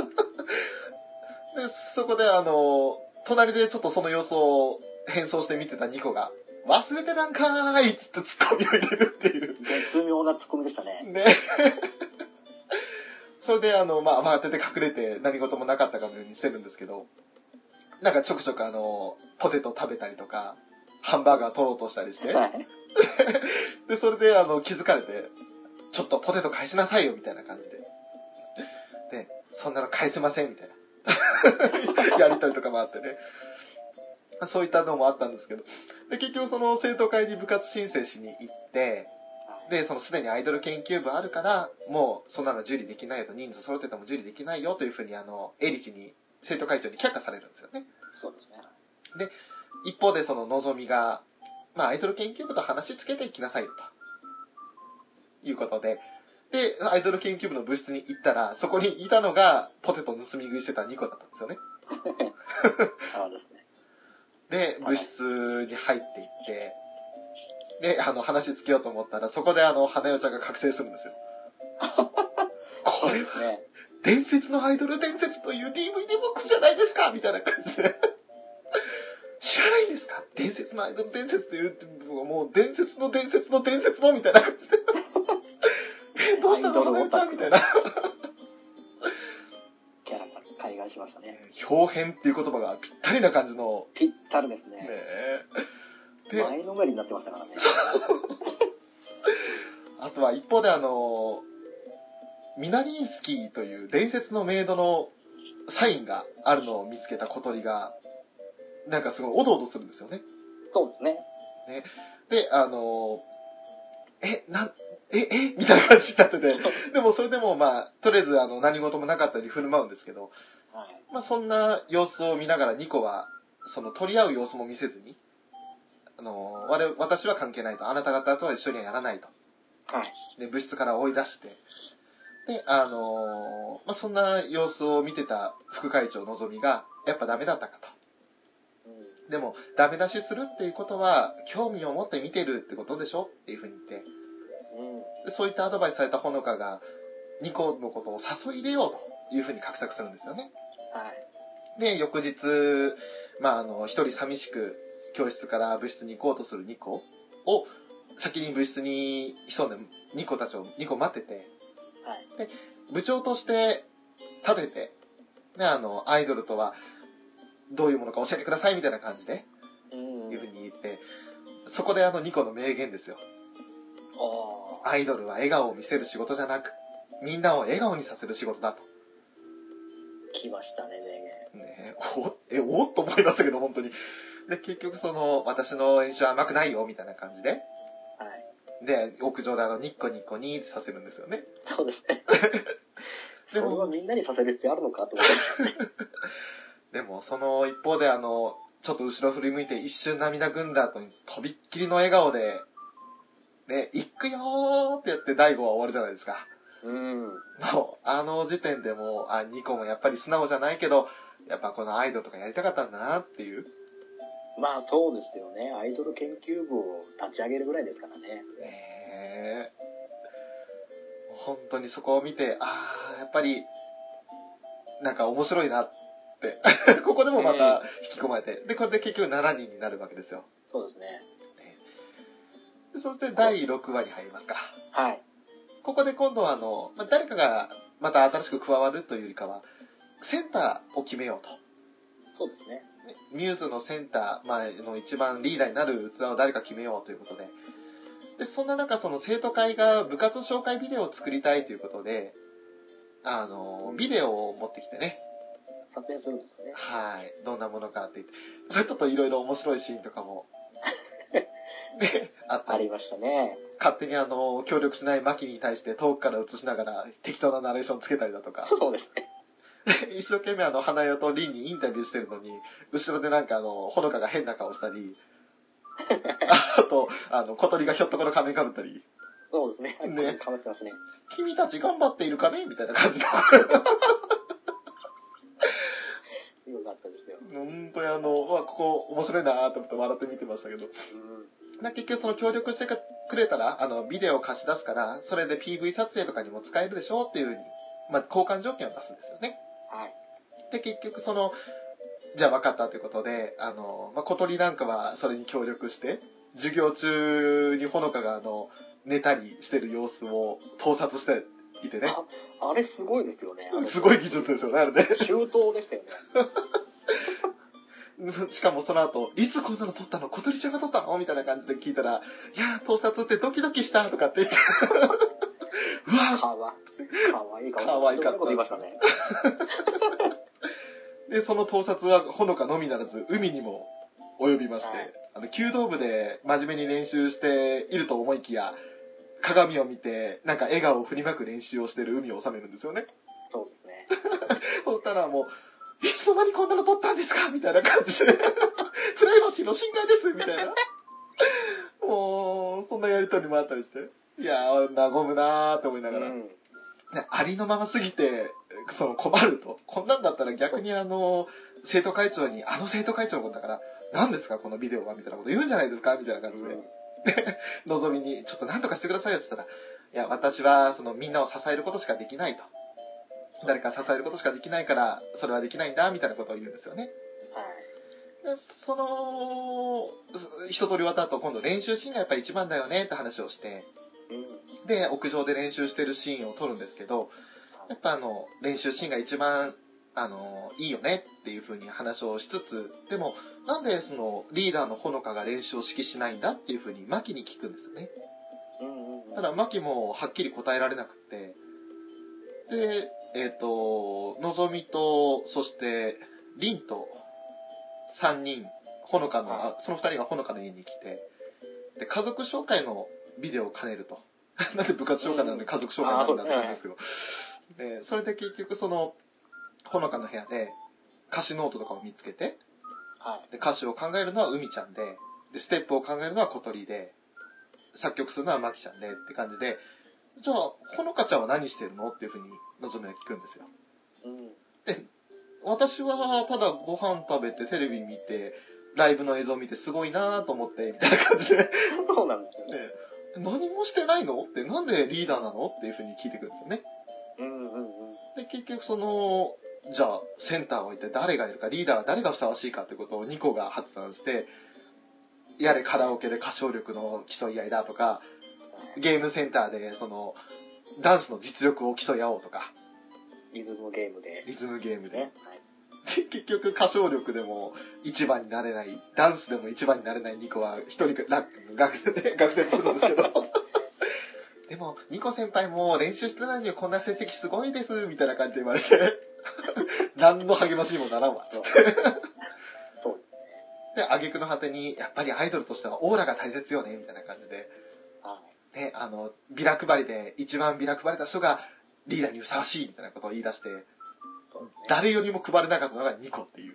そこで隣でちょっとその様子を変装して見てたニコが、忘れてなんかーいっつってツッコミを入れるっていう。 絶妙なツッコミでしたね。 ね。それで慌てて隠れて何事もなかったかのようにしてるんですけど、なんかちょくちょくポテト食べたりとか、ハンバーガー取ろうとしたりして、はい、で、それで気づかれて、ちょっとポテト返しなさいよみたいな感じで。で、そんなの返せませんみたいな。やりとりとかもあってね。そういったのもあったんですけど。で、結局その生徒会に部活申請しに行って、で、すでにアイドル研究部あるから、もうそんなの受理できないよと、人数揃ってても受理できないよというふうにエリチに、生徒会長に却下されるんですよね。 そうですね。 で、一方でのぞみが、アイドル研究部と話つけていきなさいよと。いうことで、で、アイドル研究部の部室に行ったら、そこにいたのが、ポテト盗み食いしてたニコだったんですよね。 そうですね。 で、部室に入っていって、で、話つけようと思ったら、そこで花代ちゃんが覚醒するんですよ。これは、伝説のアイドル伝説という DVD ボックスじゃないですかみたいな感じで。知らないんですか伝説のアイドル伝説という、もう伝説の伝説の伝説のみたいな感じで。どうしたの花代ちゃんみたいな。 キャラが海外しましたね。 表変っていう言葉がぴったりな感じの。 ぴったりですね。 ね前のめりになってましたからね。 あとは一方でミナリンスキーという伝説のメイドのサインがあるのを見つけた小鳥が、なんかすごいおどおどするんですよね。 そうですね。 ねで、みたいな感じになってて、でもそれでもとりあえず何事もなかったように振る舞うんですけど、はい、そんな様子を見ながらニコは、取り合う様子も見せずに、私は関係ないと。あなた方とは一緒にはやらないと。はい。で、部室から追い出して、で、そんな様子を見てた副会長のぞみが、やっぱダメだったかと。でも、ダメ出しするっていうことは、興味を持って見てるってことでしょっていうふうに言って、でそういったアドバイスされたほのかが、ニコのことを誘い入れようというふうに画策するんですよね。はい。で、翌日、一人寂しく、教室から部室に行こうとするニコを先に部室に潜んでニコ待ってて、はい、で部長として立てて、でアイドルとはどういうものか教えてくださいみたいな感じでいうふうに言って、そこでニコの名言ですよ。アイドルは笑顔を見せる仕事じゃなく、みんなを笑顔にさせる仕事だと。 来ましたね、名言。おっと思いましたけど、本当に。で、結局私の練習は甘くないよ、みたいな感じで。はい。で、屋上でニッコニコにってさせるんですよね。 そうですね。でも、それはみんなにさせる必要あるのかと思って。 でも、その一方でちょっと後ろ振り向いて一瞬涙ぐんだ後に、とびっきりの笑顔で、ね、行くよーってやって第5話終わるじゃないですか。もう、時点でもう、ニコもやっぱり素直じゃないけど、やっぱこのアイドルとかやりたかったんだなっていう。 そうですよね。アイドル研究部を立ち上げるぐらいですからね。 本当にそこを見て、やっぱり、なんか面白いなって。ここでもまた引き込まれて。で、これで結局7人になるわけですよ。 そうですね。 そして第6話に入りますか。 はい。 ここで今度は誰かがまた新しく加わるというよりかは、センターを決めようと。 そうですね。 ミューズのセンター、の一番リーダーになる器を誰か決めようということで。で、そんな中、生徒会が部活紹介ビデオを作りたいということで、ビデオを持ってきてね。 撮影するんですかね。 はい。どんなものかって言って。これちょっといろいろ面白いシーンとかも。で、 ありましたね。 勝手に協力しないマキに対して遠くから映しながら適当なナレーションつけたりだとか。 そうですね。 一生懸命花代と凛にインタビューしてるのに、後ろでなんかほのかが変な顔したり、あと、小鳥がひょっとこの仮面かぶったり。 そうですね。ね。かぶってますね。 君たち頑張っているかねみたいな感じで。 本当にここ面白いなと思って笑って見てましたけど。結局その協力してくれたら、ビデオを貸し出すから、それで PV 撮影とかにも使えるでしょっていう風に、交換条件を出すんですよね。 はい。 で、結局じゃあ分かったということで、小鳥なんかはそれに協力して、授業中にほのかが寝たりしてる様子を盗撮していてね。 あれすごいですよね。 すごい技術ですよね、あれね。 周到でしたよね。しかもその後、いつこんなの撮ったの？小鳥ちゃんが撮ったの？みたいな感じで聞いたら、いやー、盗撮ってドキドキしたとかって言って。うわー。かわいいかわいかった。言いましたね。 で、その盗撮はほのかのみならず、海にも及びまして、弓道部で真面目に練習していると思いきや、鏡を見て、笑顔を振りまく練習をしている海を収めるんですよね。 そうですね。 そしたらもう、いつの間にこんなの撮ったんですかみたいな感じで、プライバシーの侵害ですみたいな。もう、そんなやりとりもあったりして、いやー、和むなーって思いながら。ありのまますぎて、困ると。こんなんだったら逆に生徒会長に、生徒会長のことだから、何ですかこのビデオはみたいなこと言うんじゃないですかみたいな感じで。のぞみに、ちょっと何とかしてくださいよって言ったら、いや、私は、みんなを支えることしかできないと。誰か支えることしかできないから、それはできないんだ、みたいなことを言うんですよね。で、一通り終わった後、今度練習シーンがやっぱり一番だよねって話をして、で、屋上で練習してるシーンを撮るんですけど、やっぱ練習シーンが一番、いいよねっていう風に話をしつつ、でも、なんでリーダーのほのかが練習を指揮しないんだっていう風にマキに聞くんですよね。ただ、マキもはっきり答えられなくて、で、のぞみと、そして、リンと、3人、ほのかの、その2人がほのかの家に来て、で、家族紹介のビデオを兼ねると。なんで部活紹介なのに家族紹介なんだって感じですけど。で、それで結局ほのかの部屋で歌詞ノートとかを見つけて、で歌詞を考えるのは海ちゃんで、ステップを考えるのは小鳥で、作曲するのはまきちゃんでって感じで、じゃあ、ほのかちゃんは何してるのっていうふうにのぞみは聞くんですよ。で、私はただご飯食べてテレビ見て、ライブの映像を見てすごいなぁと思って、みたいな感じで。 そうなんですよね。 何もしてないのって、なんでリーダーなのっていうふうに聞いてくるんですよね。で、結局じゃあ、センターは一体誰がいるか、リーダーは誰がふさわしいかということをニコが発案して、やれカラオケで歌唱力の競い合いだとか、ゲームセンターでダンスの実力を競い合おうとか。 リズムゲームで。 で、結局歌唱力でも一番になれない、ダンスでも一番になれないニコは一人学生するんですけど。でも、ニコ先輩も練習してないのにこんな成績すごいです、みたいな感じで言われて、何の励ましにもならんわ、つって。で、挙句の果てに、やっぱりアイドルとしてはオーラが大切よね、みたいな感じで。で、ビラ配りで一番ビラ配れた人がリーダーにふさわしい、みたいなことを言い出して、誰よりも配れなかったのがニコっていう。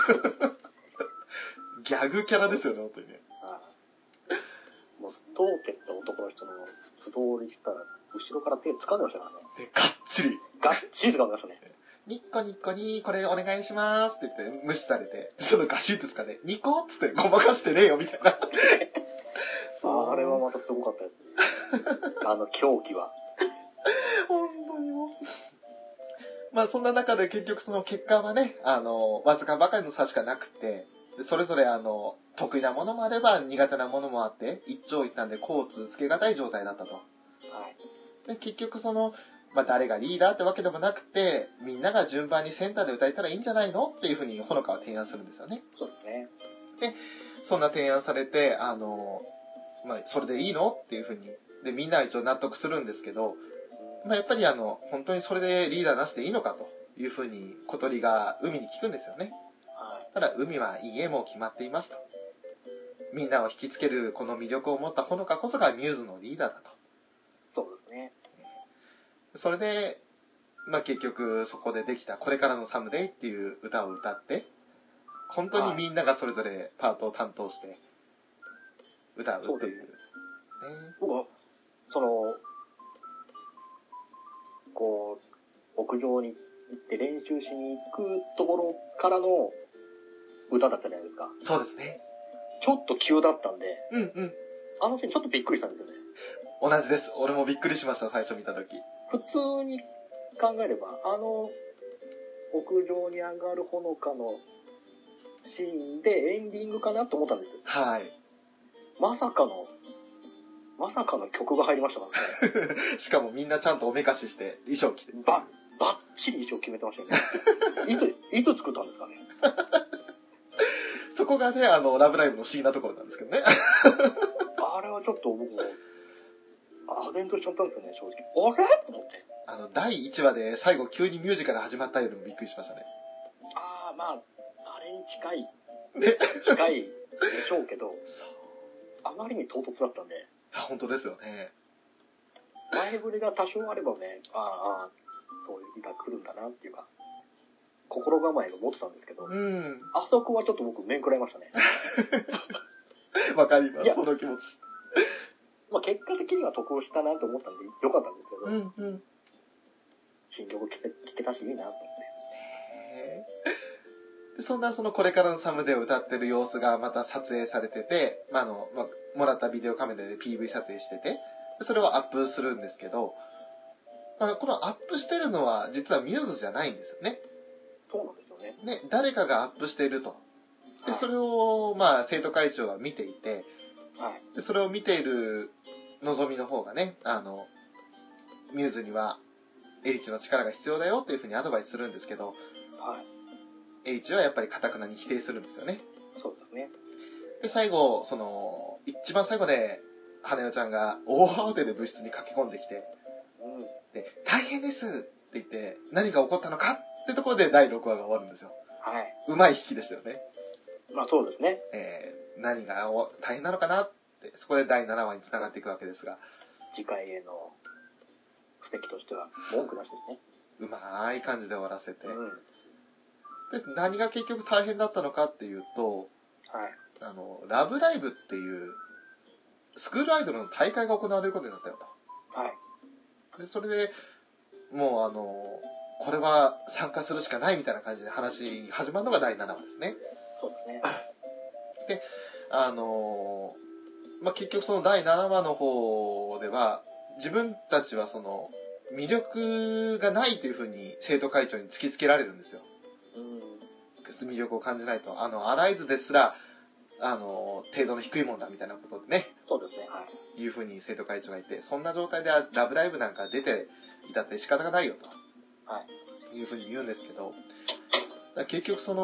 ギャグキャラですよね、本当にね。 もう、トーケって男の人の素通りしたら、後ろから手掴んでましたからね。 で、がっちり掴んでましたね。 ニッコニッコにこれお願いしますって言って無視されて、ガシッてつかね、ニコっつってごまかしてねえよみたいな。 あれはまたすごかったですね。狂気は。 本当にもう。まあそんな中で結局結果はね、わずかばかりの差しかなくて、それぞれ得意なものもあれば苦手なものもあって、一長一短でこう続けがたい状態だったと。で、結局誰がリーダーってわけでもなくて、みんなが順番にセンターで歌えたらいいんじゃないのっていうふうにほのかは提案するんですよね。 そうですね。 で、そんな提案されて、それでいいのっていうふうに。で、みんなは一応納得するんですけど、やっぱり本当にそれでリーダーなしでいいのかというふうに小鳥が海に聞くんですよね。ただ海はいいえ、もう決まっていますと。みんなを引きつけるこの魅力を持ったほのかこそがミューズのリーダーだと。 そうですね。 それで、結局そこでできたこれからのサムデイっていう歌を歌って、本当にみんながそれぞれパートを担当して歌うっていう。 僕は、屋上に行って練習しに行くところからの、 歌だったじゃないですか。 そうですね。 ちょっと急だったんで、 うんうん。 あのシーンちょっとびっくりしたんですよね。 同じです。俺もびっくりしました、最初見たとき。 普通に考えれば、屋上に上がるほのかのシーンでエンディングかなと思ったんですよ。 はい。 まさかの曲が入りましたからね。 しかもみんなちゃんとおめかしして衣装着て。 ばっちり衣装決めてましたよね。いつ作ったんですかね。 そこがね、ラブライブの不思議なところなんですけどね。 あれはちょっと僕も、アデンとしちゃったんですよね、正直。あれと思って。 第1話で最後急にミュージカル始まったよりもびっくりしましたね。 まあ、あれに近い。 ね。 近いでしょうけど、あまりに唐突だったんで。 本当ですよね。 前振りが多少あればね、そういう日が来るんだなっていうか、心構えが持ってたんですけど、あそこはちょっと僕面食らいましたね。 わかります、その気持ち。 結果的には得をしたなと思ったんでよかったんですけど、新曲聴けたしいいなと思って。 そんなこれからのサムデーを歌ってる様子がまた撮影されてて、もらったビデオカメラで PV 撮影してて、それをアップするんですけど、このアップしてるのは実はミューズじゃないんですよね。 そうなんですよね。 ね、誰かがアップしていると。で、それを、生徒会長が見ていて、でそれを見ているのぞみの方がね、ミューズにはエリチの力が必要だよっていうふうにアドバイスするんですけど、エリチはやっぱり堅くなに否定するんですよね。 そうですね。 で、最後、一番最後で、花代ちゃんが大慌てで部室に駆け込んできて、で、大変ですって言って、何が起こったのかってところで第6話が終わるんですよ。うまい引きでしたよね。 そうですね。 何が大変なのかなって、そこで第7話に繋がっていくわけですが。 次回への布石としては文句なしですね。 うまい感じで終わらせて。で、何が結局大変だったのかっていうと、ラブライブっていうスクールアイドルの大会が行われることになったよと。で、それでもうこれは参加するしかないみたいな感じで話始まるのが第7話ですね。 そうですね。 で、結局その第7話の方では、自分たちは魅力がないというふうに生徒会長に突きつけられるんですよ。魅力を感じないと。アライズですら、程度の低いもんだみたいなことでね。 そうですね。 いうふうに生徒会長がいて、そんな状態でラブライブなんか出ていたって仕方がないよと。いうふうに言うんですけど、結局そ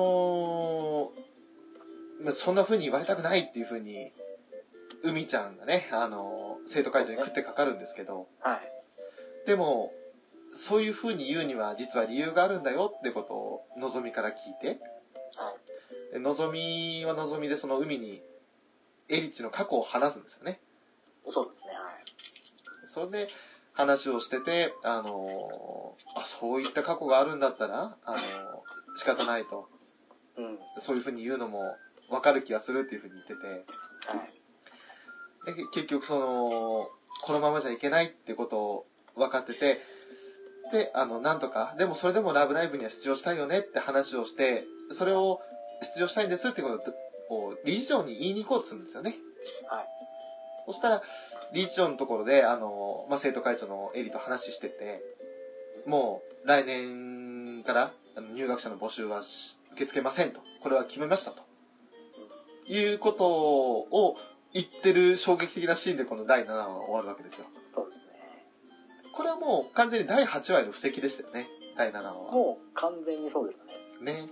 んな風に言われたくないっていう風に、海ちゃんがね、生徒会長に食ってかかるんですけど、でも、そういう風に言うには実は理由があるんだよってことをのぞみから聞いて、のぞみはのぞみでその海にエリッチの過去を話すんですよね。 そうですね。 それで話をしてて、そういった過去があるんだったら、仕方ないと。そういう風に言うのも分かる気がするっていう風に言ってて、で結局このままじゃいけないってことを分かってて、で、なんとか、でもそれでもラブライブには出場したいよねって話をして、それを出場したいんですってことを理事長に言いに行こうとするんですよね。そしたら、理事長のところで、生徒会長のエリと話してて、もう来年から入学者の募集は受け付けませんと。これは決めましたと。いうことを言ってる衝撃的なシーンでこの第7話が終わるわけですよ。 そうですね。 これはもう完全に第8話への布石でしたよね。第7話は。 もう完全にそうですね。 ね。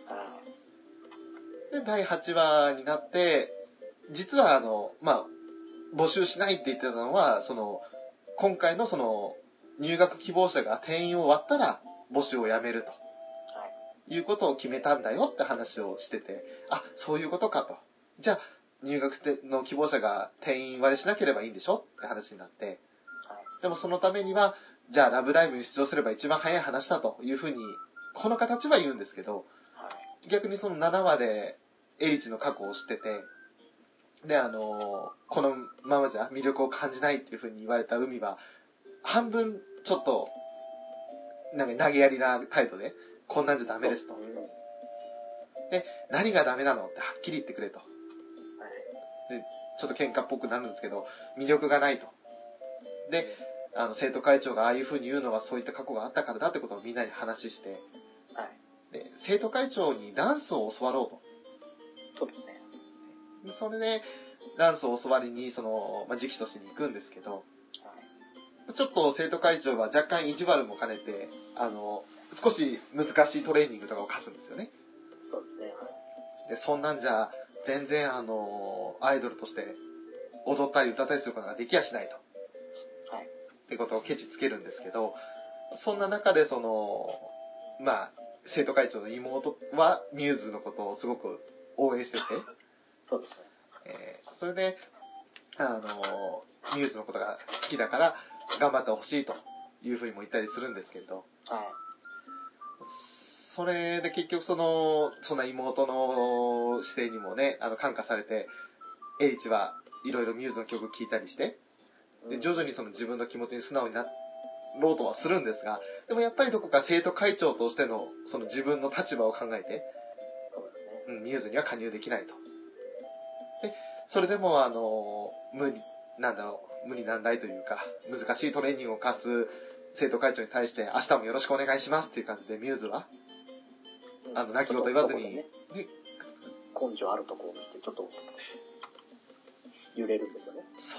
で、第8話になって、実は募集しないって言ってたのは、今回の入学希望者が定員を割ったら募集をやめると。いうことを決めたんだよって話をしてて、そういうことかと。じゃあ、入学の希望者が定員割れしなければいいんでしょって話になって、でもそのためには、じゃあラブライブに出場すれば一番早い話だというふうに、この形は言うんですけど、逆にその7話でエリチの過去を知ってて、で、このままじゃ魅力を感じないっていうふうに言われた海は、半分ちょっと、投げやりな態度で、こんなんじゃダメですと。 で、何がダメなのってはっきり言ってくれと。で、ちょっと喧嘩っぽくなるんですけど、魅力がないと。で、生徒会長がああいう風に言うのはそういった過去があったからだってことをみんなに話して、で、生徒会長にダンスを教わろうと。 そうですね。 でそれで、ダンスを教わりに、直訴しに行くんですけど、ちょっと生徒会長は若干意地悪も兼ねて、少し難しいトレーニングとかを課すんですよね。 そうですね。 で、そんなんじゃ、全然アイドルとして踊ったり歌ったりすることができやしないと。ってことをケチつけるんですけど、そんな中で生徒会長の妹はミューズのことをすごく応援してて、 そうですね。それで、ミューズのことが好きだから頑張ってほしいというふうにも言ったりするんですけど、それで結局そんな妹の姿勢にもね、感化されて、エリチはいろいろミューズの曲聴いたりして、で徐々に自分の気持ちに素直になろうとはするんですが、でもやっぱりどこか生徒会長としての自分の立場を考えて、ミューズには加入できないと。で、それでも無理難題というか、難しいトレーニングを課す生徒会長に対して、明日もよろしくお願いしますっていう感じでミューズは、泣き言言わずに、 根性あるところってちょっと揺れるんですよね。 そう。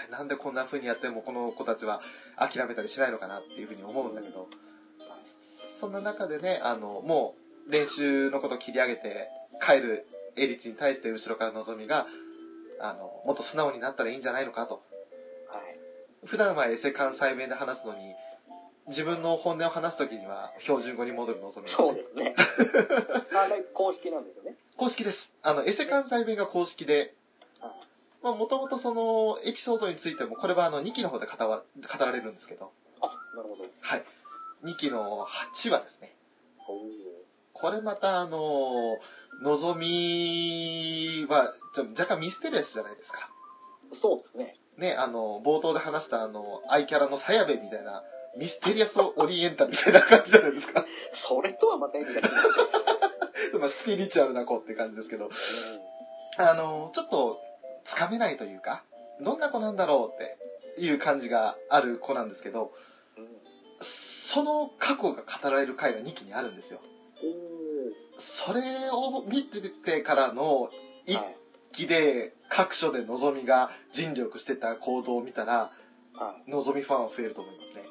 なんでこんな風にやってもこの子たちは諦めたりしないのかなっていう風に思うんだけど、そんな中でね、もう練習のことを切り上げて帰るエリチに対して後ろからのぞみが、もっと素直になったらいいんじゃないのかと。普段はエセ関西弁で話すのに、自分の本音を話すときには標準語に戻るのぞみ、ね。 そうですね。あれ公式なんですよね。 公式です。エセ関西弁が公式で、もともとそのエピソードについても、これは2期の方で語られるんですけど。 なるほど。 はい。2期の8話ですね。これまたのぞみは若干ミステリアスじゃないですか。 そうですね。 ね、冒頭で話したアイキャラのサヤベみたいな、ミステリアスオリエンタルみたいな感じじゃないですか。 それとはまた意味が違う。スピリチュアルな子って感じですけど、ちょっとつかめないというか、どんな子なんだろうっていう感じがある子なんですけど、その過去が語られる回が2期にあるんですよ。それを見ててからの1期で各所でのぞみが尽力してた行動を見たら、のぞみファンは増えると思いますね。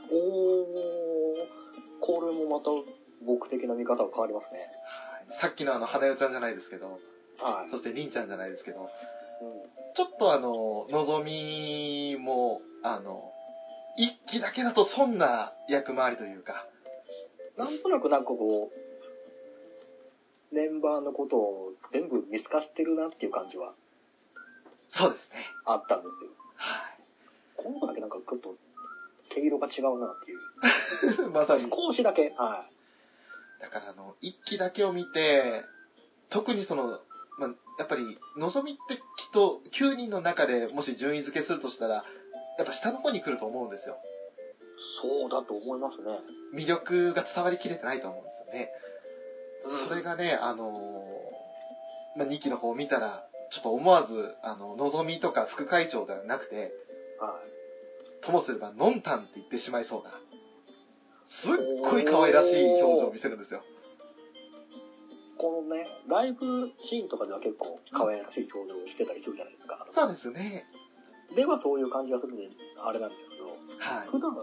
これもまた僕的な見方が変わりますね。 さっきの花代ちゃんじゃないですけど、そしてりんちゃんじゃないですけど、ちょっとのぞみも一期だけだとそんな役回りというか、 なんとなくこうメンバーのことを全部見透かしてるなっていう感じは、 そうですね、 あったんですよ。この子だけちょっと毛色が違うなっていうまさに少しだけ、 だから一期だけを見て、特にやっぱりのぞみってきっと9人の中でもし順位付けするとしたら、やっぱ下の方に来ると思うんですよ。 そうだと思いますね。 魅力が伝わりきれてないと思うんですよね。それがね、2期の方を見たら、ちょっと思わず、のぞみとか副会長ではなくて、ともすれば、のんたんって言ってしまいそうな、すっごい可愛らしい表情を見せるんですよ。 このね、ライブシーンとかでは結構可愛らしい表情をしてたりするじゃないですか。 そうですね。 ではそういう感じがするんで、あれなんですけど、普段は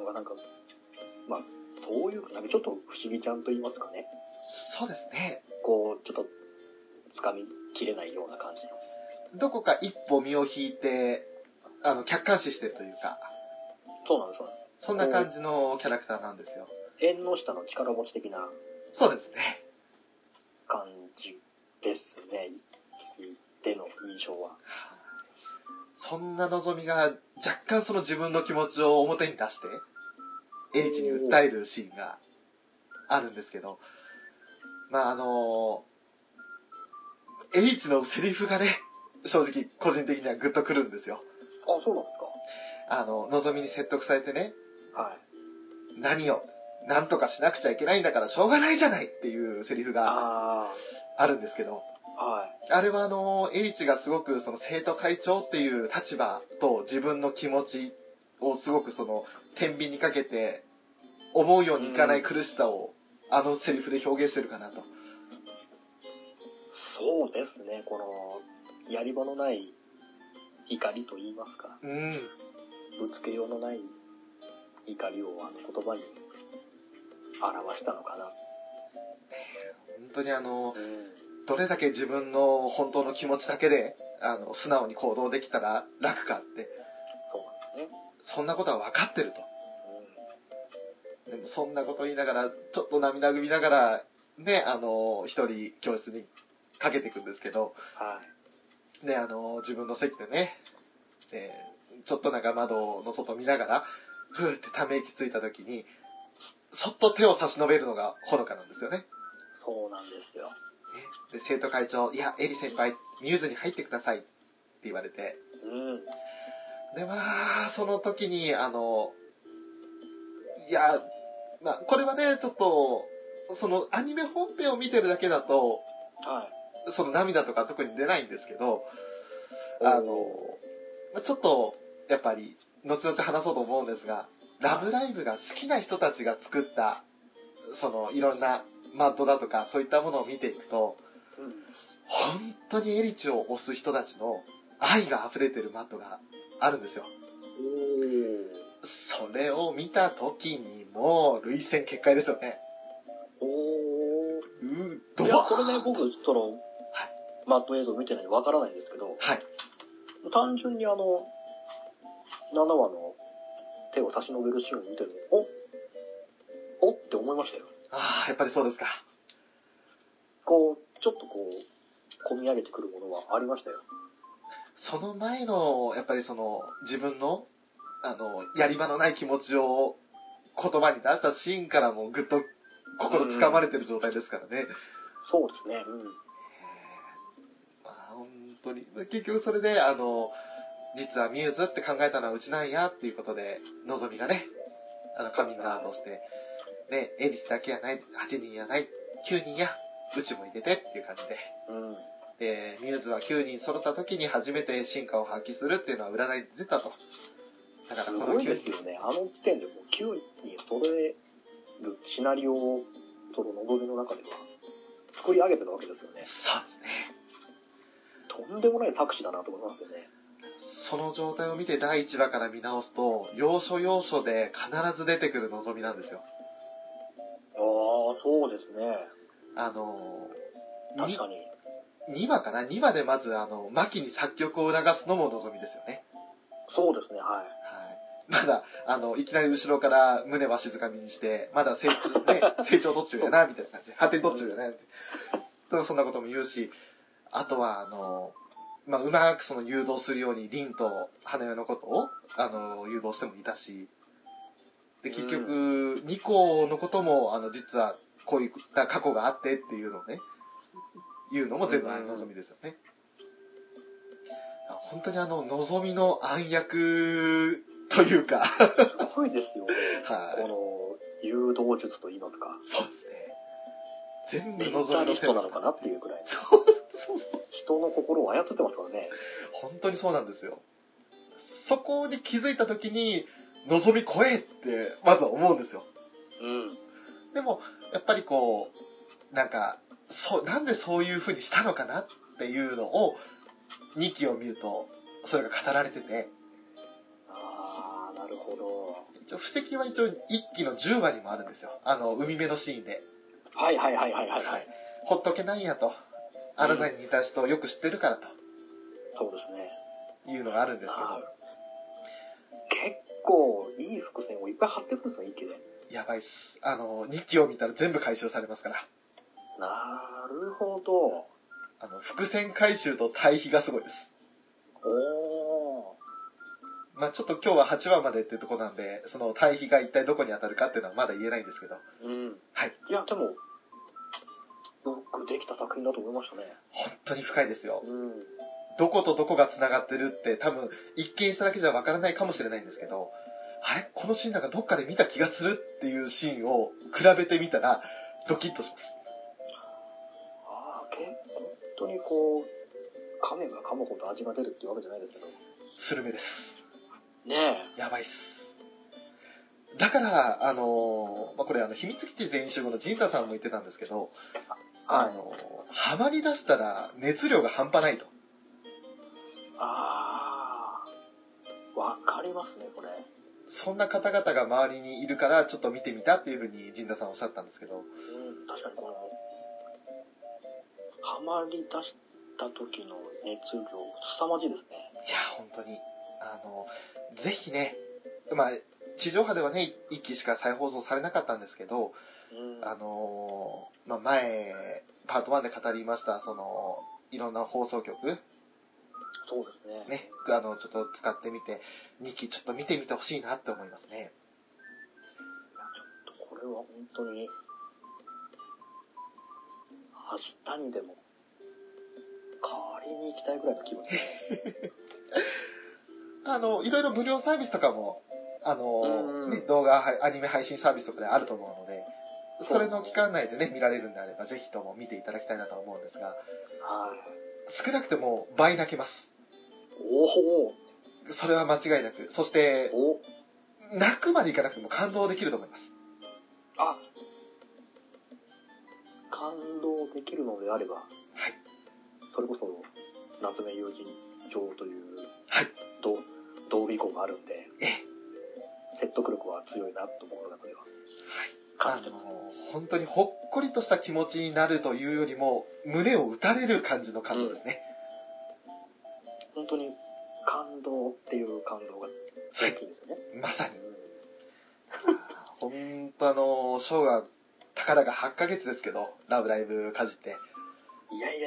どういうか、ちょっと不思議ちゃんと言いますかね。 そうですね。 こう、ちょっと、掴みきれないような感じの。どこか一歩身を引いて、客観視してるというか。 そうなんですよ。 そんな感じのキャラクターなんですよ。 縁の下の力持ち的な。 そうですね。 感じですね。での印象は。 そんなのぞみが若干その自分の気持ちを表に出して、エリチに訴えるシーンがあるんですけど、エリチのセリフがね、正直個人的にはグッとくるんですよ。 そうなんですか。のぞみに説得されてね、何を、なんとかしなくちゃいけないんだからしょうがないじゃないっていうセリフがあるんですけど、 はい。 あれはエリチがすごくその生徒会長っていう立場と自分の気持ちをすごくその天秤にかけて思うようにいかない苦しさをあのセリフで表現してるかなと。 そうですね、このやり場のない怒りと言いますか、ぶつけようのない怒りをあの言葉に表したのかな。 本当にどれだけ自分の本当の気持ちだけで素直に行動できたら楽かって、 そうなんですね。 そんなことは分かってると。でもそんなこと言いながらちょっと涙ぐみながらね、一人教室にかけていくんですけど、 はい。 で自分の席でね、ちょっとなんか窓の外見ながらふーってため息ついた時にそっと手を差し伸べるのがほのかなんですよね。 そうなんですよ。 で生徒会長、いやエリ先輩ミューズに入ってくださいって言われて、でその時にいやこれはねちょっとそのアニメ本編を見てるだけだと、 はい、 その涙とか特に出ないんですけど、ちょっとやっぱり後々話そうと思うんですが、ラブライブが好きな人たちが作ったそのいろんなマッドだとかそういったものを見ていくと、本当にエリチを推す人たちの愛が溢れてるマッドがあるんですよ。それを見た時にもう涙腺決壊ですよね。 いや、これね、僕、マッド映像見てないんでわからないんですけど、 はい。 単純に7話の手を差し伸べるシーンを見てるの、おって思いましたよ。 やっぱりそうですか。 ちょっと込み上げてくるものはありましたよ。 その前の、やっぱり自分の、やり場のない気持ちを言葉に出したシーンからもぐっと心つかまれてる状態ですからね。 そうですね。 本当に。結局それで、実はミューズって考えたのはうちなんやっていうことで、のぞみがね、カミングアウトして、ね、エリスだけやない、8人やない、9人や、うちも入れてっていう感じで。で、ミューズは9人揃った時に初めて進化を発揮するっていうのは占いで出たと。だからこの9人。すごいですよね。あの時点でもう9人揃えるシナリオを、のぞみの中では作り上げてたわけですよね。 そうですね。 とんでもない作詞だなと思いますよね。 その状態を見て第1話から見直すと、要所要所で必ず出てくるのぞみなんですよ。 そうですね。確かに。 2話かな ?2 話でまずマキに作曲を促すのものぞみですよね。 そうですね、はい。 まだ、いきなり後ろから胸は静かみにして、まだ成長途中やな、みたいな感じで、発展途中やな、って。そんなことも言うし、あとは、うまく誘導するように、凛と花代のことを、誘導してもいたし、で、結局、ニコのことも、実は、こういった過去があってっていうのをね、言うのも全部のぞみですよね。本当にのぞみの暗躍というかすごいですよね。はい。この誘導術と言いますか。 そうですね。全部のぞみの人なのかなっていうくらい。 そう。 人の心を操ってますからね。 本当にそうなんですよ。そこに気づいたときに、のぞみ怖えってまずは思うんですよ。でもやっぱりなんでそういう風にしたのかなっていうのを2期を見るとそれが語られてて。 なるほど。 布石は一応1期の10話にもあるんですよ。海辺のシーンで。はい。ほっとけないやと。あなたに似た人をよく知ってるからと。 そうですね。 いうのがあるんですけど。 結構いい伏線をいっぱい貼ってるんですよ、1期で。 やばいっす。2期を見たら全部回収されますから。 なるほど。 伏線回収と対比がすごいです。ちょっと今日は8話までっていうところなんで、その対比が一体どこに当たるかっていうのはまだ言えないんですけど。はい。 いや、でも、よくできた作品だと思いましたね。 本当に深いですよ。どことどこが繋がってるって多分一見しただけじゃわからないかもしれないんですけど、あれこのシーンなんかどっかで見た気がするっていうシーンを比べてみたらドキッとします。 結当にこう、噛めば噛むほど味が出るっていうわけじゃないですけど。 スルメです。 ねえ。やばいっす。だから、これ秘密基地全員集合の陣太さんも言ってたんですけど、ハマり出したら熱量が半端ないと。 わかりますね、これ。 そんな方々が周りにいるから、ちょっと見てみたっていうふうに陣太さんおっしゃったんですけど。 確かにこの、ハマり出した時の熱量、凄まじいですね。 いや、本当に。ぜひね、地上波ではね、1期しか再放送されなかったんですけど、前、パート1で語りました、いろんな放送局、 そうですね。 ね、ちょっと使ってみて、2期ちょっと見てみてほしいなって思いますね。 いや、ちょっとこれは本当に、明日にでも、代わりに行きたいぐらいの気分ですね。 いろいろ無料サービスとかも、動画、アニメ配信サービスとかであると思うので、それの期間内でね、見られるんであれば、ぜひとも見ていただきたいなと思うんですが、少なくても倍泣けます。それは間違いなく。そして、泣くまでいかなくても感動できると思います。 感動できるのであれば、それこそ、夏目友人帳という、同尾校があるんで、説得力は強いなと思う中では。 本当にほっこりとした気持ちになるというよりも、胸を打たれる感じの感動ですね。 本当に感動っていう感動が大きいですね。 まさに。本当ショーがたかだか8ヶ月ですけど、ラブライブかじって。 いや。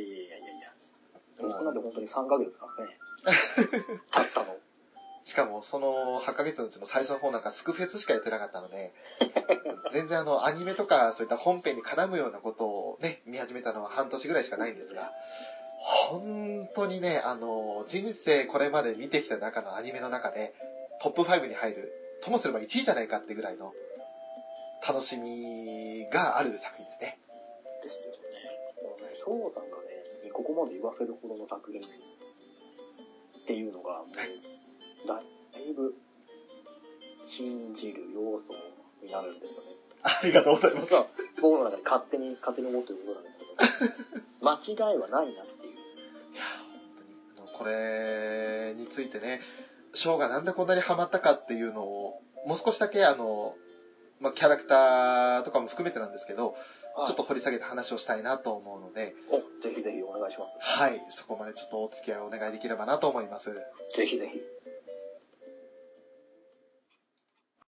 僕なんて本当に3ヶ月からね。経ったの。 しかもその8ヶ月のうちの最初の方なんかスクフェスしかやってなかったので、全然アニメとかそういった本編に絡むようなことをね、見始めたのは半年ぐらいしかないんですが、本当にね、人生これまで見てきた中のアニメの中でトップ5に入る、ともすれば1位じゃないかってぐらいの楽しみがある作品ですね。 ですよね。翔吾さんがね、ここまで言わせるほどの作品っていうのが、もう、だいぶ信じる要素になるんですよね。 ありがとうございます。 僕の中で勝手に思っていることなんですけど、間違いはないなっていう。 いや、本当に、これについてね、ショーがなんでこんなにハマったかっていうのを、もう少しだけキャラクターとかも含めてなんですけど、ちょっと掘り下げて話をしたいなと思うので、 ぜひぜひお願いします。 はい、そこまでちょっとお付き合いをお願いできればなと思います。 ぜひぜひ。